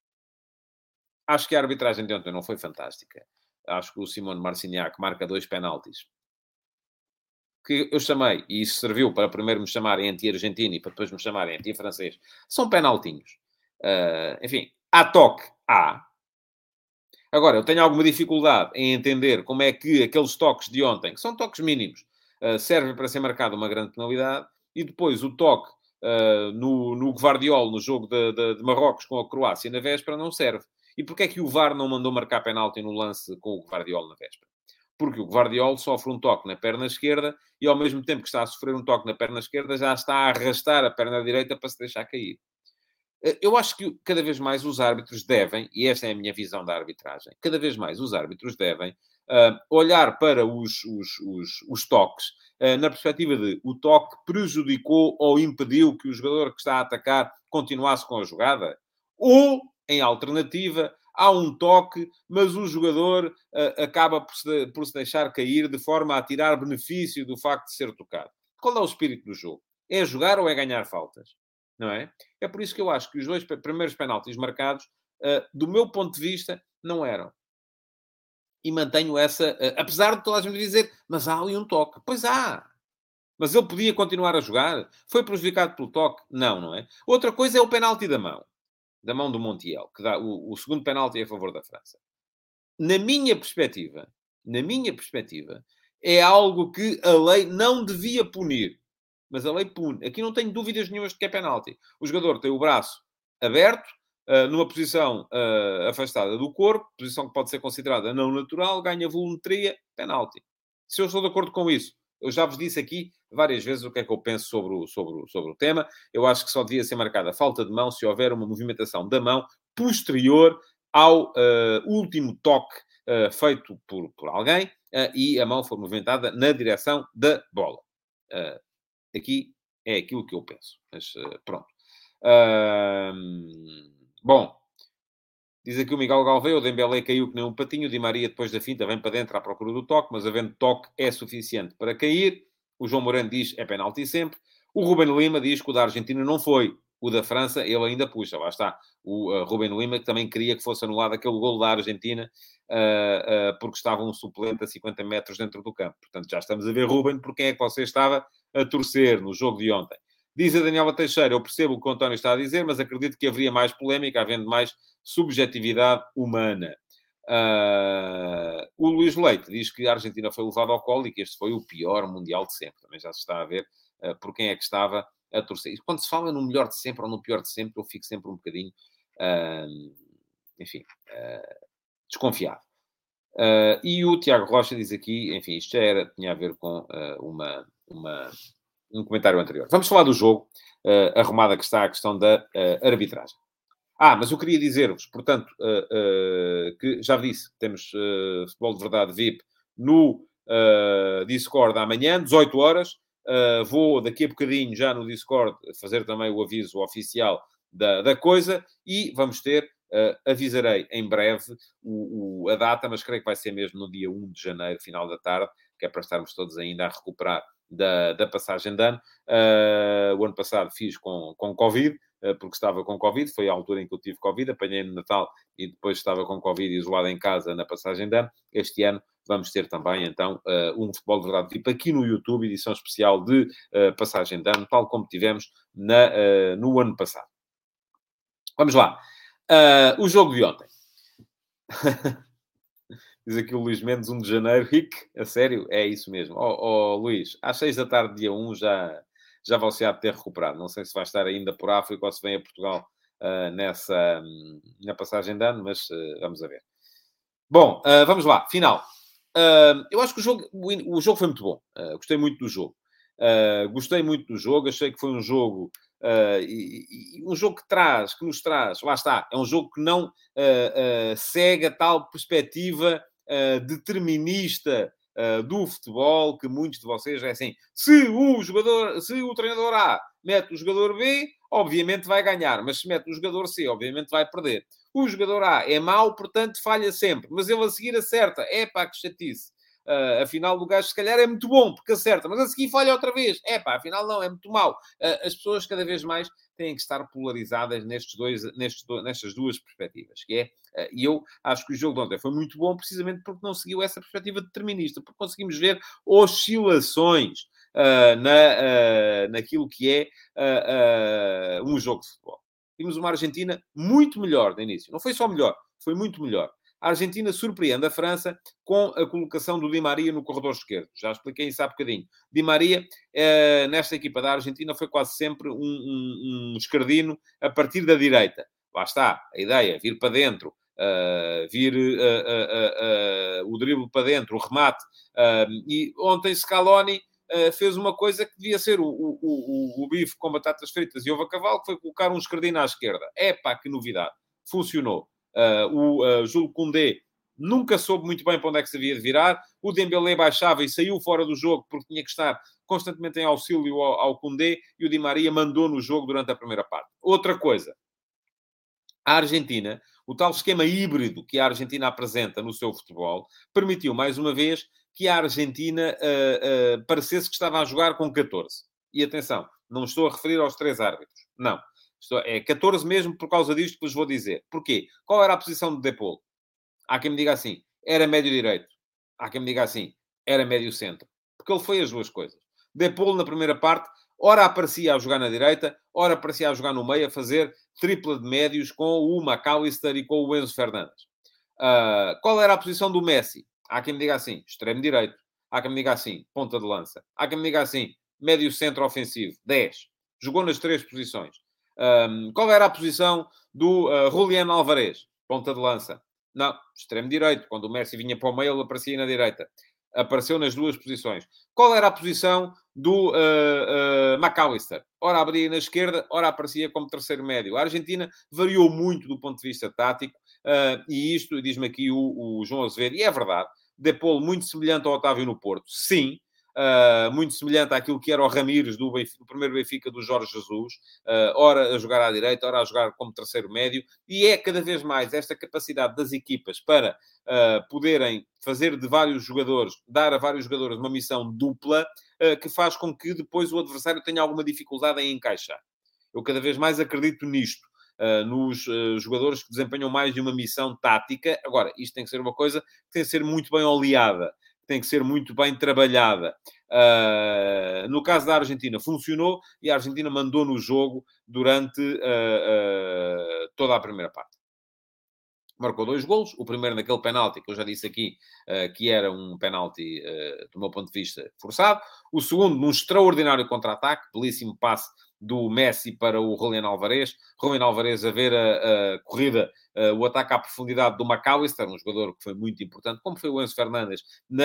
acho que a arbitragem de ontem não foi fantástica. Acho que o Simone Marciniak marca 2 penaltis que eu chamei, e isso serviu para primeiro me chamarem anti-argentino e para depois me chamarem anti-francês, são penaltinhos. Enfim, há toque, há. Agora, eu tenho alguma dificuldade em entender como é que aqueles toques de ontem, que são toques mínimos, servem para ser marcada uma grande penalidade, e depois o toque no Gvardiol, no jogo de Marrocos com a Croácia na véspera, não serve. E porquê é que o VAR não mandou marcar penalti no lance com o Gvardiol na véspera? Porque o Gvardiol sofre um toque na perna esquerda e, ao mesmo tempo que está a sofrer um toque na perna esquerda, já está a arrastar a perna direita para se deixar cair. Eu acho que cada vez mais os árbitros devem, e esta é a minha visão da arbitragem, cada vez mais os árbitros devem olhar para os toques na perspectiva de o toque prejudicou ou impediu que o jogador que está a atacar continuasse com a jogada, ou, em alternativa, há um toque, mas o jogador acaba por se deixar cair de forma a tirar benefício do facto de ser tocado. Qual é o espírito do jogo? É jogar ou é ganhar faltas? Não é? É por isso que eu acho que os 2 primeiros penaltis marcados, do meu ponto de vista, não eram. E mantenho essa... apesar de toda a gente dizer, mas há ali um toque. Pois há. Mas ele podia continuar a jogar? Foi prejudicado pelo toque? Não, não é? Outra coisa é o penalti da mão. Da mão do Montiel, que dá o segundo penalti a favor da França. Na minha perspectiva, é algo que a lei não devia punir. Mas a lei pune. Aqui não tenho dúvidas nenhumas de que é penalti. O jogador tem o braço aberto, numa posição afastada do corpo, posição que pode ser considerada não natural, ganha volumetria, penalti. Se eu estou de acordo com isso, eu já vos disse aqui várias vezes o que é que eu penso sobre o tema. Eu acho que só devia ser marcada falta de mão se houver uma movimentação da mão posterior ao último toque feito por alguém e a mão for movimentada na direção da bola. Aqui é aquilo que eu penso. Mas pronto. Bom, diz aqui o Miguel Galvão, o Dembélé caiu que nem um patinho, o Di Maria depois da finta vem para dentro à procura do toque, mas havendo toque é suficiente para cair. O João Moreno diz é penalti sempre. O Ruben Lima diz que o da Argentina não foi. O da França, ele ainda puxa. Lá está. O Ruben Lima, que também queria que fosse anulado aquele golo da Argentina, porque estava um suplente a 50 metros dentro do campo. Portanto, já estamos a ver, Ruben, por quem é que você estava a torcer no jogo de ontem. Diz a Daniela Teixeira, eu percebo o que o António está a dizer, mas acredito que haveria mais polémica, havendo mais subjetividade humana. O Luís Leite diz que a Argentina foi levada ao colo e que este foi o pior Mundial de sempre. Também já se está a ver por quem é que estava a torcer. E quando se fala no melhor de sempre ou no pior de sempre, eu fico sempre um bocadinho, desconfiado. E o Tiago Rocha diz aqui, enfim, isto já tinha a ver com um comentário anterior. Vamos falar do jogo, arrumada que está a questão da arbitragem. Mas eu queria dizer-vos, portanto, que já disse, temos Futebol de Verdade VIP no Discord amanhã, 18 horas. Vou daqui a bocadinho já no Discord fazer também o aviso oficial da coisa e vamos ter, avisarei em breve a data, mas creio que vai ser mesmo no dia 1 de janeiro, final da tarde, que é para estarmos todos ainda a recuperar da passagem de ano. O ano passado fiz com Covid, porque estava com Covid, foi a altura em que eu tive Covid, apanhei no Natal e depois estava com Covid isolado em casa na passagem de ano. Este ano vamos ter também, então, um Futebol de Verdade VIP aqui no YouTube, edição especial de passagem de ano, tal como tivemos no ano passado. Vamos lá. O jogo de ontem. Diz aqui o Luís Mendes, 1 de janeiro. Rick, a sério? É isso mesmo. Luís, às 6 da tarde, dia 1, já você há de ter recuperado. Não sei se vai estar ainda por África ou se vem a Portugal na passagem de ano, mas vamos a ver. Bom, vamos lá. Final. Eu acho que o jogo foi muito bom. Gostei muito do jogo. Achei que foi um jogo... um jogo que nos traz... Lá está. É um jogo que não segue a tal perspectiva determinista do futebol, que muitos de vocês é assim, se o treinador A mete o jogador B, obviamente vai ganhar, mas se mete o jogador C, obviamente vai perder. O jogador A é mau, portanto falha sempre, mas ele a seguir acerta. Que chatice. Afinal, o gajo se calhar é muito bom, porque acerta, mas a seguir falha outra vez. Afinal não, é muito mau. As pessoas cada vez mais têm que estar polarizadas nestas duas perspectivas, que é, e eu acho que o jogo de ontem foi muito bom precisamente porque não seguiu essa perspectiva determinista, porque conseguimos ver oscilações naquilo que é um jogo de futebol. Vimos uma Argentina muito melhor no início. Não foi só melhor, foi muito melhor. A Argentina surpreende a França com a colocação do Di Maria no corredor esquerdo. Já expliquei isso há bocadinho. Di Maria, nesta equipa da Argentina, foi quase sempre um esquerdino a partir da direita. Lá está, a ideia, vir para dentro, o drible para dentro, o remate. E ontem Scaloni fez uma coisa que devia ser o bife com batatas fritas e ovo a cavalo, que foi colocar um esquerdino à esquerda. Epá, que novidade. Funcionou. O Jules Koundé nunca soube muito bem para onde é que se havia de virar. O Dembélé baixava e saiu fora do jogo porque tinha que estar constantemente em auxílio ao Koundé, e o Di Maria mandou no jogo durante a primeira parte. Outra coisa. A Argentina, o tal esquema híbrido que a Argentina apresenta no seu futebol, permitiu, mais uma vez, que a Argentina parecesse que estava a jogar com 14. E atenção, não estou a referir aos 3 árbitros. Não. É 14 mesmo por causa disto que vos vou dizer. Porquê? Qual era a posição de De Paul? Há quem me diga assim, era médio direito. Há quem me diga assim, era médio centro. Porque ele foi as duas coisas. De Paul, na primeira parte, ora aparecia a jogar na direita, ora aparecia a jogar no meio, a fazer tripla de médios com o McAllister e com o Enzo Fernandes. Qual era a posição do Messi? Há quem me diga assim, extremo direito. Há quem me diga assim, ponta de lança. Há quem me diga assim, médio centro ofensivo, 10. Jogou nas 3 posições. Qual era a posição do Julián Álvarez? Ponta de lança. Não, extremo direito. Quando o Messi vinha para o meio, ele aparecia na direita. Apareceu nas 2 posições. Qual era a posição do McAllister? Ora abria na esquerda, ora aparecia como terceiro médio. A Argentina variou muito do ponto de vista tático, e isto, diz-me aqui o João Azevedo, e é verdade, De Paul muito semelhante ao Otávio no Porto, sim. Muito semelhante àquilo que era o Ramires do primeiro Benfica do Jorge Jesus, ora a jogar à direita, ora a jogar como terceiro médio, e é cada vez mais esta capacidade das equipas para poderem fazer de vários jogadores, dar a vários jogadores uma missão dupla, que faz com que depois o adversário tenha alguma dificuldade em encaixar. Eu cada vez mais acredito nisto. Nos jogadores que desempenham mais de uma missão tática. Agora, isto tem que ser uma coisa que tem que ser muito bem oleada, tem que ser muito bem trabalhada. No caso da Argentina, funcionou e a Argentina mandou no jogo durante toda a primeira parte. Marcou 2 golos. O primeiro naquele penalti, que eu já disse aqui, que era um penalti, do meu ponto de vista, forçado. O segundo, num extraordinário contra-ataque, belíssimo passe do Messi para o Julián Álvarez. Julián Álvarez a ver a corrida, o ataque à profundidade do McAllister, um jogador que foi muito importante, como foi o Enzo Fernandes,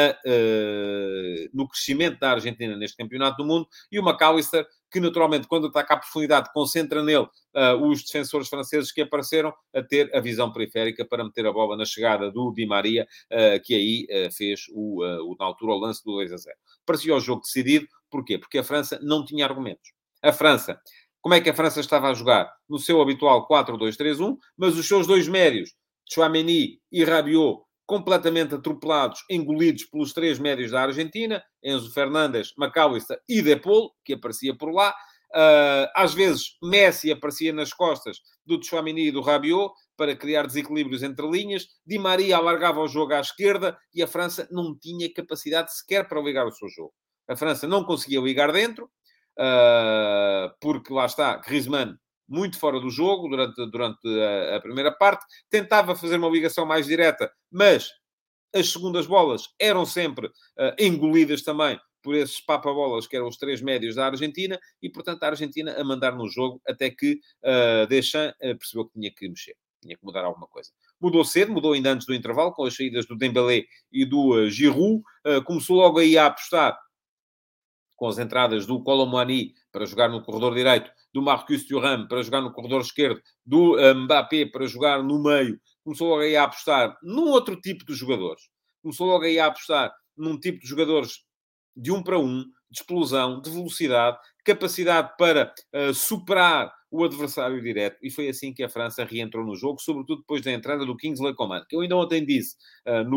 no crescimento da Argentina neste campeonato do mundo. E o McAllister, que naturalmente, quando ataca à profundidade, concentra nele os defensores franceses que apareceram, a ter a visão periférica para meter a bola na chegada do Di Maria, que aí fez, na altura, o lance do 2-0. Parecia o jogo decidido. Porquê? Porque a França não tinha argumentos. A França, como é que a França estava a jogar? No seu habitual 4-2-3-1, mas os seus 2 médios, Tchouaméni e Rabiot, completamente atropelados, engolidos pelos 3 médios da Argentina, Enzo Fernandes, McAllister e De Paul, que aparecia por lá. Às vezes, Messi aparecia nas costas do Tchouaméni e do Rabiot para criar desequilíbrios entre linhas. Di Maria alargava o jogo à esquerda e a França não tinha capacidade sequer para ligar o seu jogo. A França não conseguia ligar dentro, porque lá está, Griezmann muito fora do jogo durante a primeira parte, tentava fazer uma ligação mais direta, mas as segundas bolas eram sempre engolidas também por esses papa-bolas que eram os 3 médios da Argentina, e portanto a Argentina a mandar no jogo até que Deschamps percebeu que tinha que mexer, tinha que mudar alguma coisa. Mudou cedo, mudou ainda antes do intervalo, com as saídas do Dembélé e do Giroud, começou logo aí a apostar com as entradas do Kolo Muani para jogar no corredor direito, do Marcus Thuram para jogar no corredor esquerdo, do Mbappé para jogar no meio. Começou logo aí a apostar num outro tipo de jogadores. Começou logo aí a apostar num tipo de jogadores de 1 para 1, de explosão, de velocidade, capacidade para superar o adversário direto. E foi assim que a França reentrou no jogo, sobretudo depois da entrada do Kingsley Coman, que eu ainda ontem disse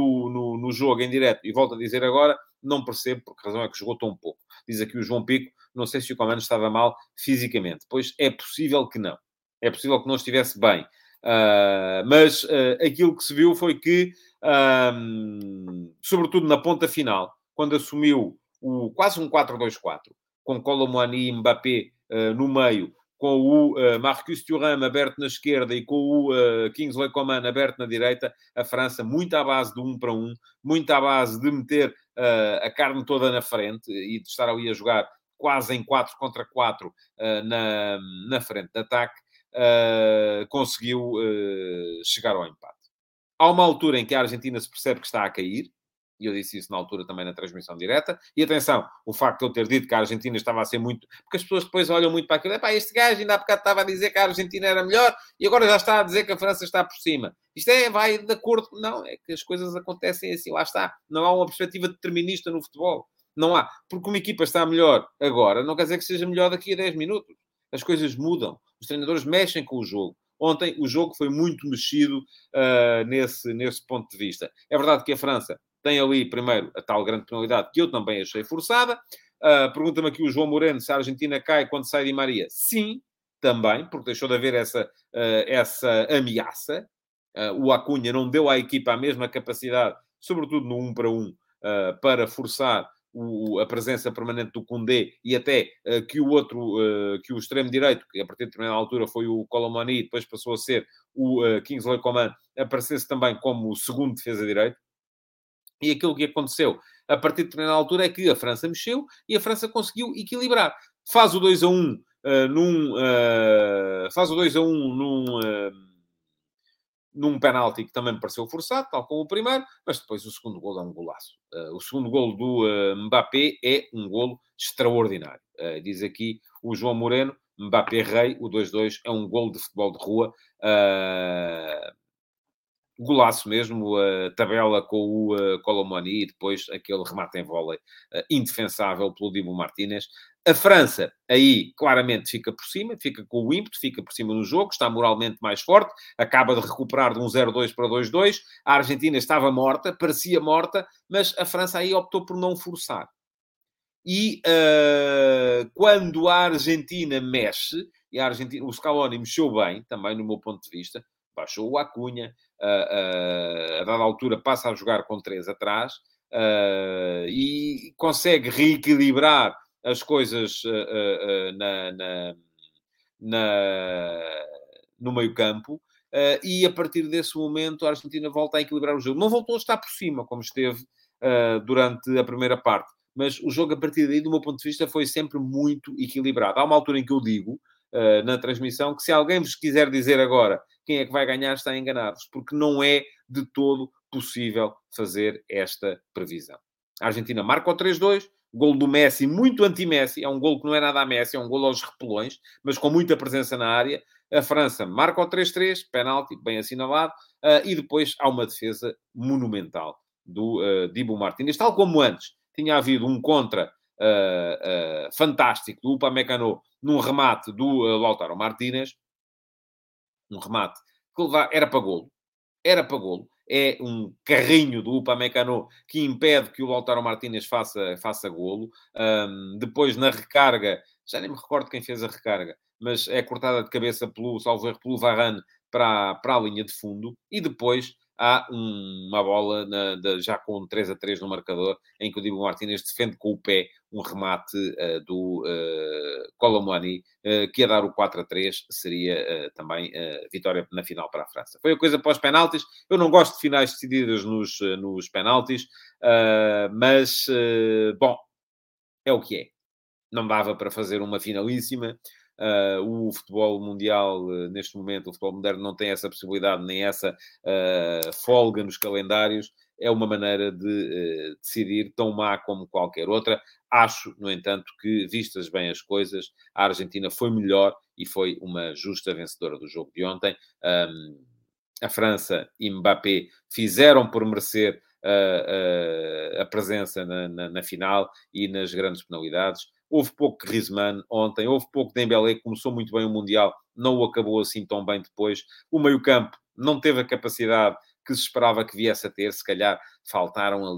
no jogo em direto, e volto a dizer agora, não percebo por que razão é que jogou tão pouco. Diz aqui o João Pico, Não sei se o Coman estava mal fisicamente. Pois é possível que não. É possível que não estivesse bem. Mas aquilo que se viu foi que, sobretudo na ponta final, quando assumiu quase um 4-2-4, com Kolo Muani e Mbappé no meio, com o Marcus Thuram aberto na esquerda e com o Kingsley Coman aberto na direita, a França, muito à base do 1 para 1, muito à base de meter a carne toda na frente e de estar ali a jogar quase em 4 contra 4 na frente de ataque, conseguiu chegar ao empate. Há uma altura em que a Argentina se percebe que está a cair, e eu disse isso na altura também na transmissão direta. E atenção, o facto de eu ter dito que a Argentina estava a ser muito... Porque as pessoas depois olham muito para aquilo. Epá, este gajo ainda há bocado estava a dizer que a Argentina era melhor e agora já está a dizer que a França está por cima. Isto vai de acordo... Não, é que as coisas acontecem assim. Lá está. Não há uma perspectiva determinista no futebol. Não há. Porque uma equipa está melhor agora, não quer dizer que seja melhor daqui a 10 minutos. As coisas mudam. Os treinadores mexem com o jogo. Ontem o jogo foi muito mexido nesse ponto de vista. É verdade que a França tem ali, primeiro, a tal grande penalidade, que eu também achei forçada. Pergunta-me aqui o João Moreno se a Argentina cai quando sai Di Maria. Sim, também, porque deixou de haver essa ameaça. O Acunha não deu à equipa a mesma capacidade, sobretudo no 1 para 1, para forçar a presença permanente do Koundé e até que o extremo direito, que a partir de determinada altura foi o Kolo Muani, depois passou a ser o Kingsley Coman, aparecesse também como o segundo defesa direito. E aquilo que aconteceu a partir de determinada altura é que a França mexeu e a França conseguiu equilibrar. Faz o 2-1 num penalti que também me pareceu forçado, tal como o primeiro, mas depois o segundo golo é um golaço. O segundo golo do Mbappé é um golo extraordinário. Diz aqui o João Moreno, Mbappé rei, o 2-2 é um golo de futebol de rua. Golaço mesmo, a tabela com o Kolo Muani e depois aquele remate em vôlei indefensável pelo Dibu Martínez. A França, aí, claramente fica por cima, fica com o ímpeto, fica por cima no jogo, está moralmente mais forte, acaba de recuperar de um 0-2 para 2-2. A Argentina estava morta, parecia morta, mas a França aí optou por não forçar. E quando a Argentina mexe, e o Scaloni mexeu bem, também no meu ponto de vista, baixou o Acunha, a dada altura passa a jogar com 3 atrás e consegue reequilibrar as coisas no meio-campo. E a partir desse momento a Argentina volta a equilibrar o jogo. Não voltou a estar por cima, como esteve durante a primeira parte. Mas o jogo, a partir daí, do meu ponto de vista, foi sempre muito equilibrado. Há uma altura em que eu digo, na transmissão, que se alguém vos quiser dizer agora quem é que vai ganhar, está enganado-vos, porque não é de todo possível fazer esta previsão. A Argentina marca o 3-2, golo do Messi, muito anti-Messi, é um golo que não é nada a Messi, é um golo aos repelões, mas com muita presença na área. A França marca o 3-3, penalti, bem assinalado, e depois há uma defesa monumental do Dibu Martínez, tal como antes. Tinha havido um contra fantástico do Upamecano num remate do Lautaro Martínez. Um remate que era para golo. Era para golo. É um carrinho do Upamecano que impede que o Lautaro Martínez faça golo. Depois, na recarga, já nem me recordo quem fez a recarga, mas é cortada de cabeça pelo Varane para a linha de fundo. E depois há uma bola já com 3-3 no marcador, em que o Dibu Martínez defende com o pé um remate do Kolo Muani, que ia dar o 4-3, seria também vitória na final para a França. Foi a coisa pós penaltis. Eu não gosto de finais decididas nos penaltis, mas, bom, é o que é. Não dava para fazer uma finalíssima. O futebol mundial, neste momento, o futebol moderno não tem essa possibilidade, nem essa folga nos calendários. É uma maneira de decidir tão má como qualquer outra. Acho, no entanto, que, vistas bem as coisas, a Argentina foi melhor e foi uma justa vencedora do jogo de ontem. A França e Mbappé fizeram por merecer a presença na final e nas grandes penalidades. Houve pouco Griezmann ontem, houve pouco Dembélé, que começou muito bem o Mundial, não o acabou assim tão bem depois. O meio-campo não teve a capacidade que se esperava que viesse a ter, se calhar faltaram ali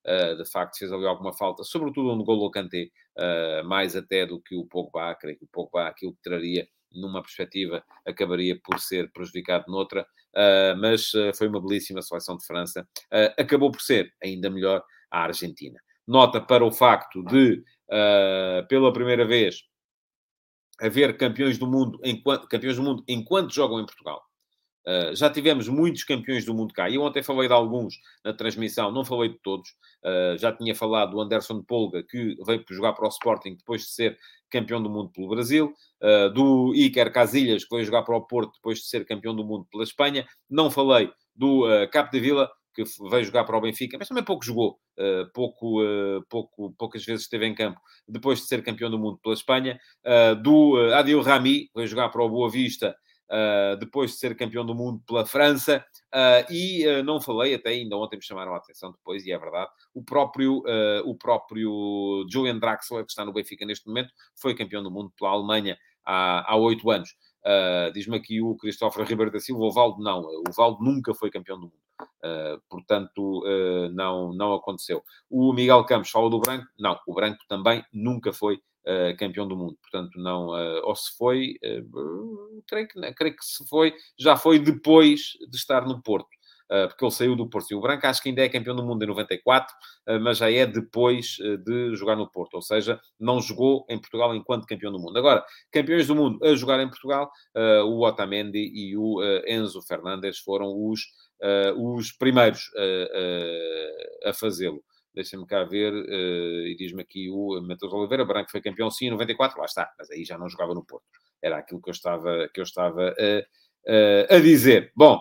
de facto fez ali alguma falta, sobretudo no N'Golo Kanté, mais até do que o Pogba. Creio que o Pogba, aquilo que traria numa perspectiva, acabaria por ser prejudicado noutra, mas foi uma belíssima seleção de França. Acabou por ser ainda melhor a Argentina. Nota para o facto de, pela primeira vez, haver campeões do mundo enquanto jogam em Portugal. Já tivemos muitos campeões do mundo cá. Eu ontem falei de alguns na transmissão, não falei de todos. Já tinha falado do Anderson Polga, que veio jogar para o Sporting depois de ser campeão do mundo pelo Brasil. Do Iker Casillas, que veio jogar para o Porto depois de ser campeão do mundo pela Espanha. Não falei do Capdevila, que veio jogar para o Benfica, mas também pouco jogou. Poucas vezes esteve em campo depois de ser campeão do mundo pela Espanha. Do Adil Rami, veio jogar para o Boa Vista, depois de ser campeão do mundo pela França, não falei, até ainda ontem me chamaram a atenção depois, e é verdade, o próprio Julian Draxler, que está no Benfica neste momento, foi campeão do mundo pela Alemanha há 8 anos. Diz-me aqui o Cristóforo Ribeiro da Silva, o Valdo não. O Valdo nunca foi campeão do mundo. Portanto, não aconteceu. O Miguel Campos fala do Branco. Não, o Branco também nunca foi campeão do mundo. Portanto, não... ou se foi... creio que se foi... Já foi depois de estar no Porto. Porque ele saiu do Porto. E o Branco acho que ainda é campeão do mundo em 94, mas já é depois de jogar no Porto. Ou seja, não jogou em Portugal enquanto campeão do mundo. Agora, campeões do mundo a jogar em Portugal, o Otamendi e o Enzo Fernandes foram os primeiros a fazê-lo. Deixa-me cá ver, e diz-me aqui o Matheus Oliveira, Branco foi campeão sim em 94, lá está, mas aí já não jogava no Porto. Era aquilo que eu estava a dizer. Bom,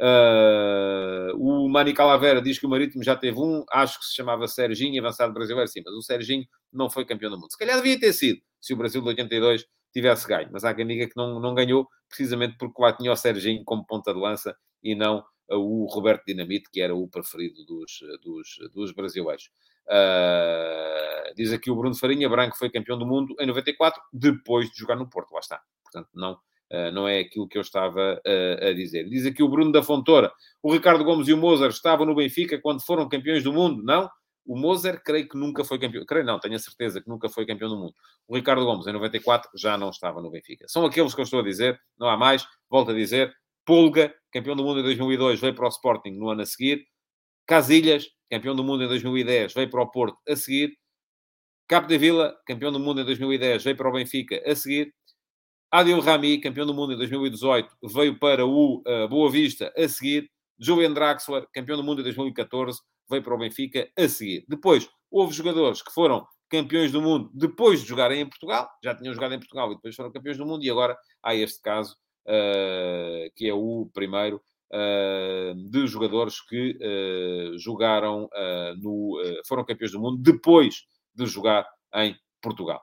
o Mani Calavera diz que o Marítimo já teve acho que se chamava Serginho, avançado brasileiro, sim, mas o Serginho não foi campeão do mundo. Se calhar devia ter sido, se o Brasil de 82 tivesse ganho, mas há quem diga que não ganhou, precisamente porque lá tinha o Serginho como ponta de lança e não o Roberto Dinamite, que era o preferido dos brasileiros. Diz aqui o Bruno Farinha, Branco foi campeão do mundo em 94, depois de jogar no Porto, lá está. Portanto, não é aquilo que eu estava a dizer. Diz aqui o Bruno da Fontoura, o Ricardo Gomes e o Mozart estavam no Benfica quando foram campeões do mundo? Não. O Mozart, creio que nunca foi campeão. Creio não, tenho a certeza que nunca foi campeão do mundo. O Ricardo Gomes, em 94, já não estava no Benfica. São aqueles que eu estou a dizer, não há mais. Volto a dizer, Polga, campeão do mundo em 2002, veio para o Sporting no ano a seguir. Casillas, campeão do mundo em 2010, veio para o Porto a seguir. Capdevila, campeão do mundo em 2010, veio para o Benfica a seguir. Adil Rami, campeão do mundo em 2018, veio para o Boa Vista a seguir. Julian Draxler, campeão do mundo em 2014, veio para o Benfica a seguir. Depois, houve jogadores que foram campeões do mundo depois de jogarem em Portugal. Já tinham jogado em Portugal e depois foram campeões do mundo. E agora há este caso, que é o primeiro de jogadores que jogaram foram campeões do mundo depois de jogar em Portugal.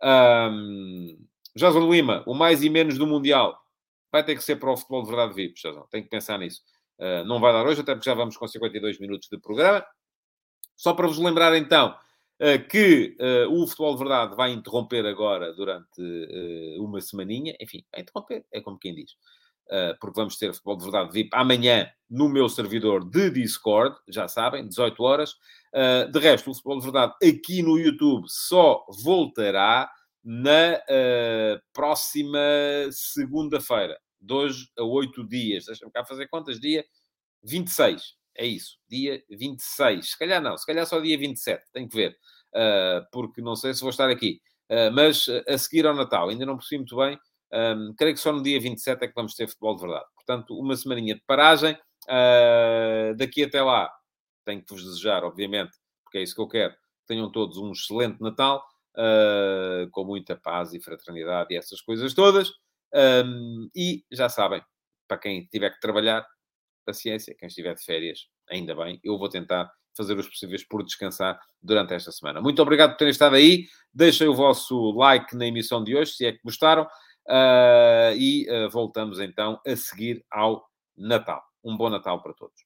José Lima, o mais e menos do Mundial vai ter que ser para o Futebol de Verdade VIP, José. Tem que pensar nisso. Não vai dar hoje, até porque já vamos com 52 minutos de programa. Só para vos lembrar, então, que o Futebol de Verdade vai interromper agora durante uma semaninha. Enfim, vai interromper, é como quem diz. Porque vamos ter Futebol de Verdade VIP amanhã no meu servidor de Discord, já sabem, 18 horas. De resto, o Futebol de Verdade aqui no YouTube só voltará na próxima segunda-feira, de hoje a 8 dias. Deixa-me cá fazer contas, dia 26. É isso, dia 26. Se calhar não, se calhar só dia 27, tenho que ver. Porque não sei se vou estar aqui. Mas a seguir ao Natal, ainda não percebi muito bem. Creio que só no dia 27 é que vamos ter Futebol de Verdade. Portanto, uma semaninha de paragem. Daqui até lá, tenho que vos desejar, obviamente, porque é isso que eu quero, que tenham todos um excelente Natal, com muita paz e fraternidade e essas coisas todas. E já sabem, para quem tiver que trabalhar, paciência. Quem estiver de férias, ainda bem. Eu vou tentar fazer os possíveis por descansar durante esta semana. Muito obrigado por terem estado aí. Deixem o vosso like na emissão de hoje, se é que gostaram. E voltamos então a seguir ao Natal. Um bom Natal para todos.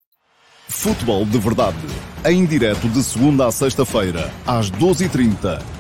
Futebol de Verdade, em direto de segunda a sexta-feira, às 12h30,